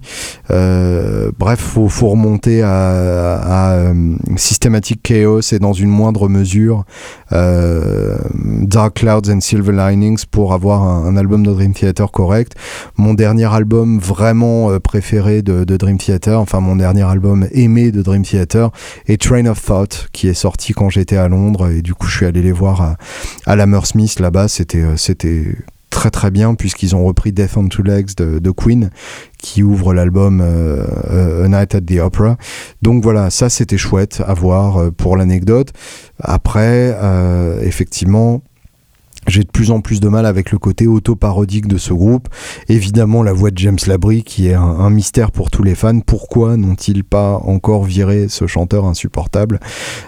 Euh, bref, faut, faut remonter à, à, à um, Systematic Chaos et dans une moindre mesure euh, Dark Clouds and Silver Linings pour avoir un, un album de Dream Theater correct. Mon dernier album vraiment euh, préféré de, de Dream Theater, enfin mon dernier album aimé de Dream Theater, et Train of Thought, qui est sorti quand j'étais à Londres, et du coup je suis allé les voir à, à l'Hammersmith là-bas. C'était, c'était très très bien, puisqu'ils ont repris Death on Two Legs de, de Queen, qui ouvre l'album euh, A Night at the Opera. Donc voilà, ça c'était chouette à voir euh, pour l'anecdote. Après, euh, effectivement, j'ai de plus en plus de mal avec le côté auto-parodique de ce groupe. Évidemment, la voix de James Labrie, qui est un, un mystère pour tous les fans. Pourquoi n'ont-ils pas encore viré ce chanteur insupportable ?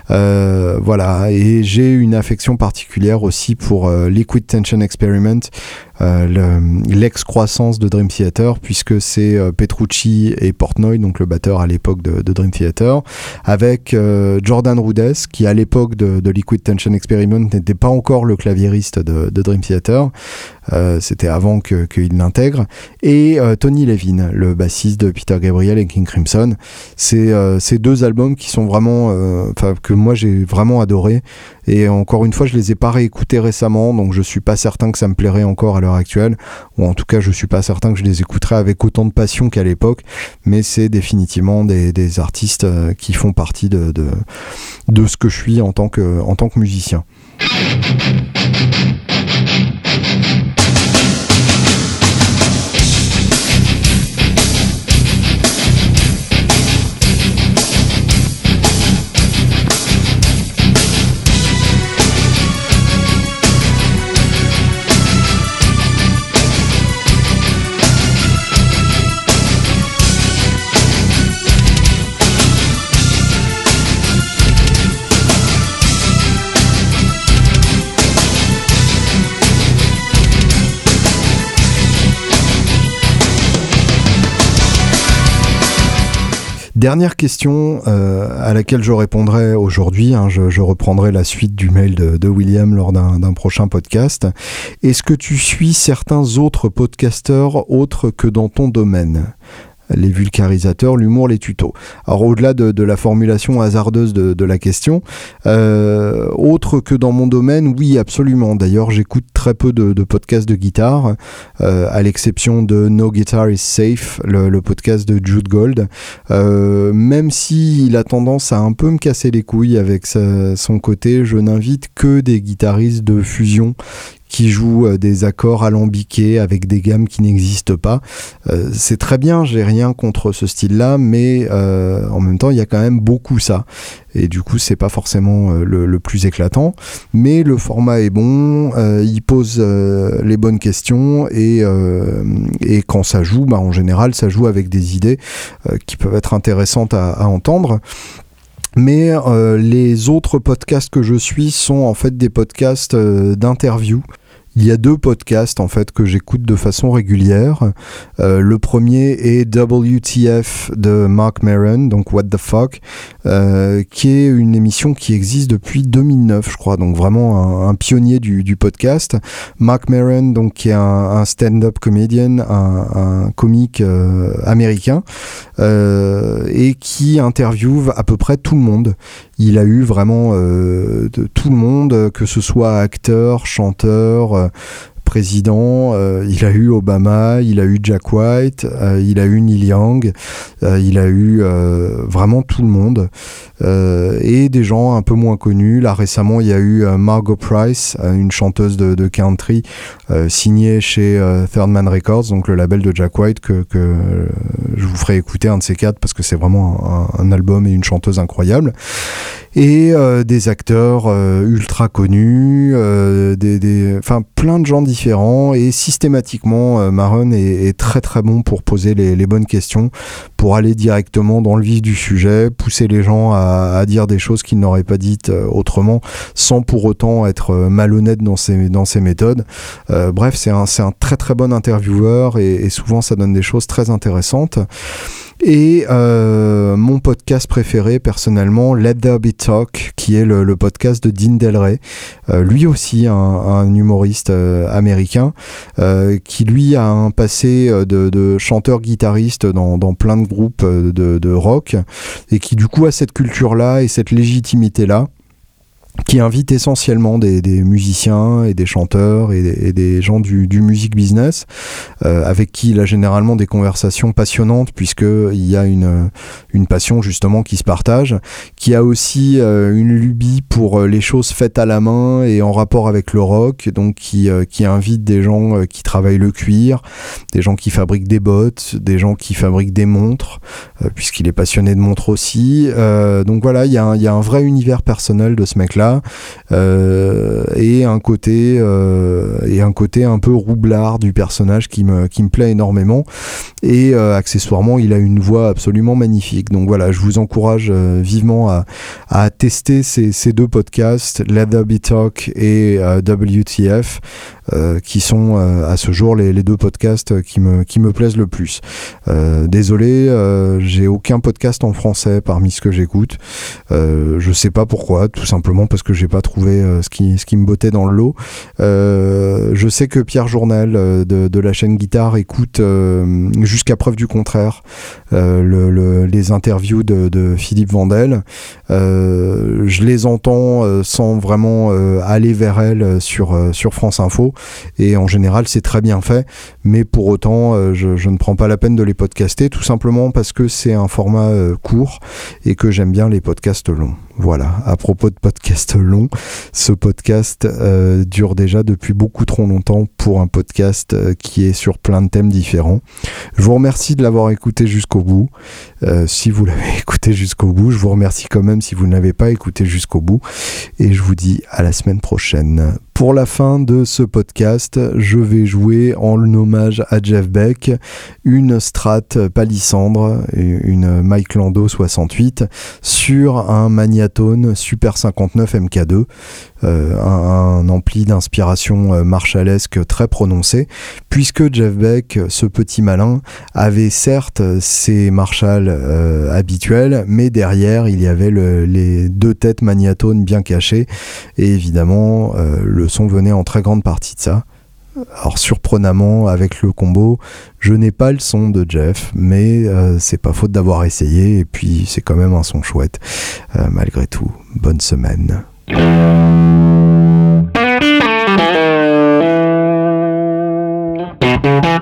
euh, Voilà, et j'ai une affection particulière aussi pour euh, Liquid Tension Experiment, euh, le, l'ex-croissance de Dream Theater, puisque c'est euh, Petrucci et Portnoy, donc le batteur à l'époque de, de Dream Theater, avec euh, Jordan Rudess, qui à l'époque de, de Liquid Tension Experiment n'était pas encore le claviériste De, de Dream Theater, euh, c'était avant que, qu'il l'intègre, et euh, Tony Levin, le bassiste de Peter Gabriel et King Crimson. C'est euh, ces deux albums qui sont vraiment, enfin euh, que moi j'ai vraiment adoré, et encore une fois je les ai pas réécoutés récemment, donc je suis pas certain que ça me plairait encore à l'heure actuelle, ou en tout cas je suis pas certain que je les écouterais avec autant de passion qu'à l'époque, mais c'est définitivement des, des artistes euh, qui font partie de, de, de ce que je suis en tant que, en tant que musicien. Dernière question euh, à laquelle je répondrai aujourd'hui, hein, je, je reprendrai la suite du mail de, de William lors d'un, d'un prochain podcast. Est-ce que tu suis certains autres podcasteurs autres que dans ton domaine ? Les vulgarisateurs, l'humour, les tutos. Alors au-delà de, de la formulation hasardeuse de, de la question, euh, autre que dans mon domaine, oui absolument. D'ailleurs j'écoute très peu de, de podcasts de guitare, euh, à l'exception de No Guitar is Safe, le, le podcast de Jude Gold, euh, même si il a tendance à un peu me casser les couilles avec sa, son côté, je n'invite que des guitaristes de fusion qui jouent des accords alambiqués avec des gammes qui n'existent pas. Euh, c'est très bien, j'ai rien contre ce style-là, mais euh, en même temps, il y a quand même beaucoup ça. Et du coup, c'est pas forcément euh, le, le plus éclatant, mais le format est bon, euh, il pose euh, les bonnes questions, et, euh, et quand ça joue, bah, en général, ça joue avec des idées euh, qui peuvent être intéressantes à, à entendre. Mais euh, les autres podcasts que je suis sont en fait des podcasts euh, d'interviews. Il y a deux podcasts en fait que j'écoute de façon régulière. Euh, le premier est W T F de Mark Maron, donc What the Fuck, euh, qui est une émission qui existe depuis deux mille neuf, je crois, donc vraiment un, un pionnier du, du podcast. Mark Maron, donc qui est un, un stand-up comédien, un, un comique euh, américain, euh, et qui interviewe à peu près tout le monde. Il a eu vraiment euh, de tout le monde, que ce soit acteur, chanteur, euh, présidents, euh, il a eu Obama, il a eu Jack White, euh, il a eu Neil Young, euh, il a eu euh, vraiment tout le monde. Euh, et des gens un peu moins connus. Là récemment il y a eu euh, Margo Price, euh, une chanteuse de, de country euh, signée chez euh, Third Man Records, donc le label de Jack White, que, que euh, je vous ferai écouter un de ces quatre parce que c'est vraiment un, un album et une chanteuse incroyable. Et euh, des acteurs euh, ultra connus, euh, des, des, enfin plein de gens différents, et systématiquement euh, Maron est, est très très bon pour poser les, les bonnes questions, pour aller directement dans le vif du sujet, pousser les gens à, à dire des choses qu'ils n'auraient pas dites euh, autrement, sans pour autant être euh, malhonnête dans ses, dans ses méthodes. Euh, bref, c'est un, c'est un très très bon intervieweur, et, et souvent ça donne des choses très intéressantes. Et euh, mon podcast préféré personnellement, Let There Be Talk, qui est le, le podcast de Dean Delray, euh, lui aussi un, un humoriste euh, américain, euh, qui lui a un passé de, de chanteur-guitariste dans, dans plein de groupes de, de rock, et qui du coup a cette culture-là et cette légitimité-là, qui invite essentiellement des, des musiciens et des chanteurs et des, et des gens du, du music business, euh, avec qui il a généralement des conversations passionnantes, puisqu'il y a une, une passion justement qui se partage, qui a aussi euh, une lubie pour les choses faites à la main et en rapport avec le rock, donc qui, euh, qui invite des gens qui travaillent le cuir, des gens qui fabriquent des bottes, des gens qui fabriquent des montres, euh, puisqu'il est passionné de montres aussi. Euh, donc voilà, il y, y a un vrai univers personnel de ce mec-là. Euh, et un côté euh, et un côté un peu roublard du personnage qui me qui me plaît énormément, et euh, accessoirement il a une voix absolument magnifique. Donc voilà, je vous encourage euh, vivement à, à tester ces, ces deux podcasts, Let There Be Talk et euh, W T F, euh, qui sont euh, à ce jour les, les deux podcasts qui me qui me plaisent le plus. Euh, désolé, euh, j'ai aucun podcast en français parmi ce que j'écoute. Euh, je sais pas pourquoi, tout simplement parce que j'ai pas trouvé euh, ce qui ce qui me bottait dans le lot. Euh, je sais que Pierre Journal euh, de, de la chaîne Guitare écoute euh, jusqu'à preuve du contraire euh, le, le, les interviews de, de Philippe Vandel. Euh, je les entends euh, sans vraiment euh, aller vers elle sur euh, sur France Info, et en général c'est très bien fait, mais pour autant euh, je, je ne prends pas la peine de les podcaster, tout simplement parce que c'est un format euh, court et que j'aime bien les podcasts longs. Voilà, à propos de podcast long, ce podcast euh, dure déjà depuis beaucoup trop longtemps pour un podcast euh, qui est sur plein de thèmes différents. Je vous remercie de l'avoir écouté jusqu'au bout. Euh, si vous l'avez écouté jusqu'au bout, je vous remercie quand même si vous ne l'avez pas écouté jusqu'au bout. Et je vous dis à la semaine prochaine. Pour la fin de ce podcast, je vais jouer en hommage à Jeff Beck une Strat Palissandre, une Mike Landau soixante-huit, sur un Magnatone Super cinquante-neuf M K deux, euh, un, un ampli d'inspiration marshallesque très prononcé, puisque Jeff Beck, ce petit malin, avait certes ses Marshall euh, habituels, mais derrière il y avait le, les deux têtes Magnatone bien cachées, et évidemment euh, le son venait en très grande partie de ça. Alors surprenamment, avec le combo, je n'ai pas le son de Jeff, mais euh, c'est pas faute d'avoir essayé, et puis c'est quand même un son chouette. Euh, malgré tout, bonne semaine. Thank you.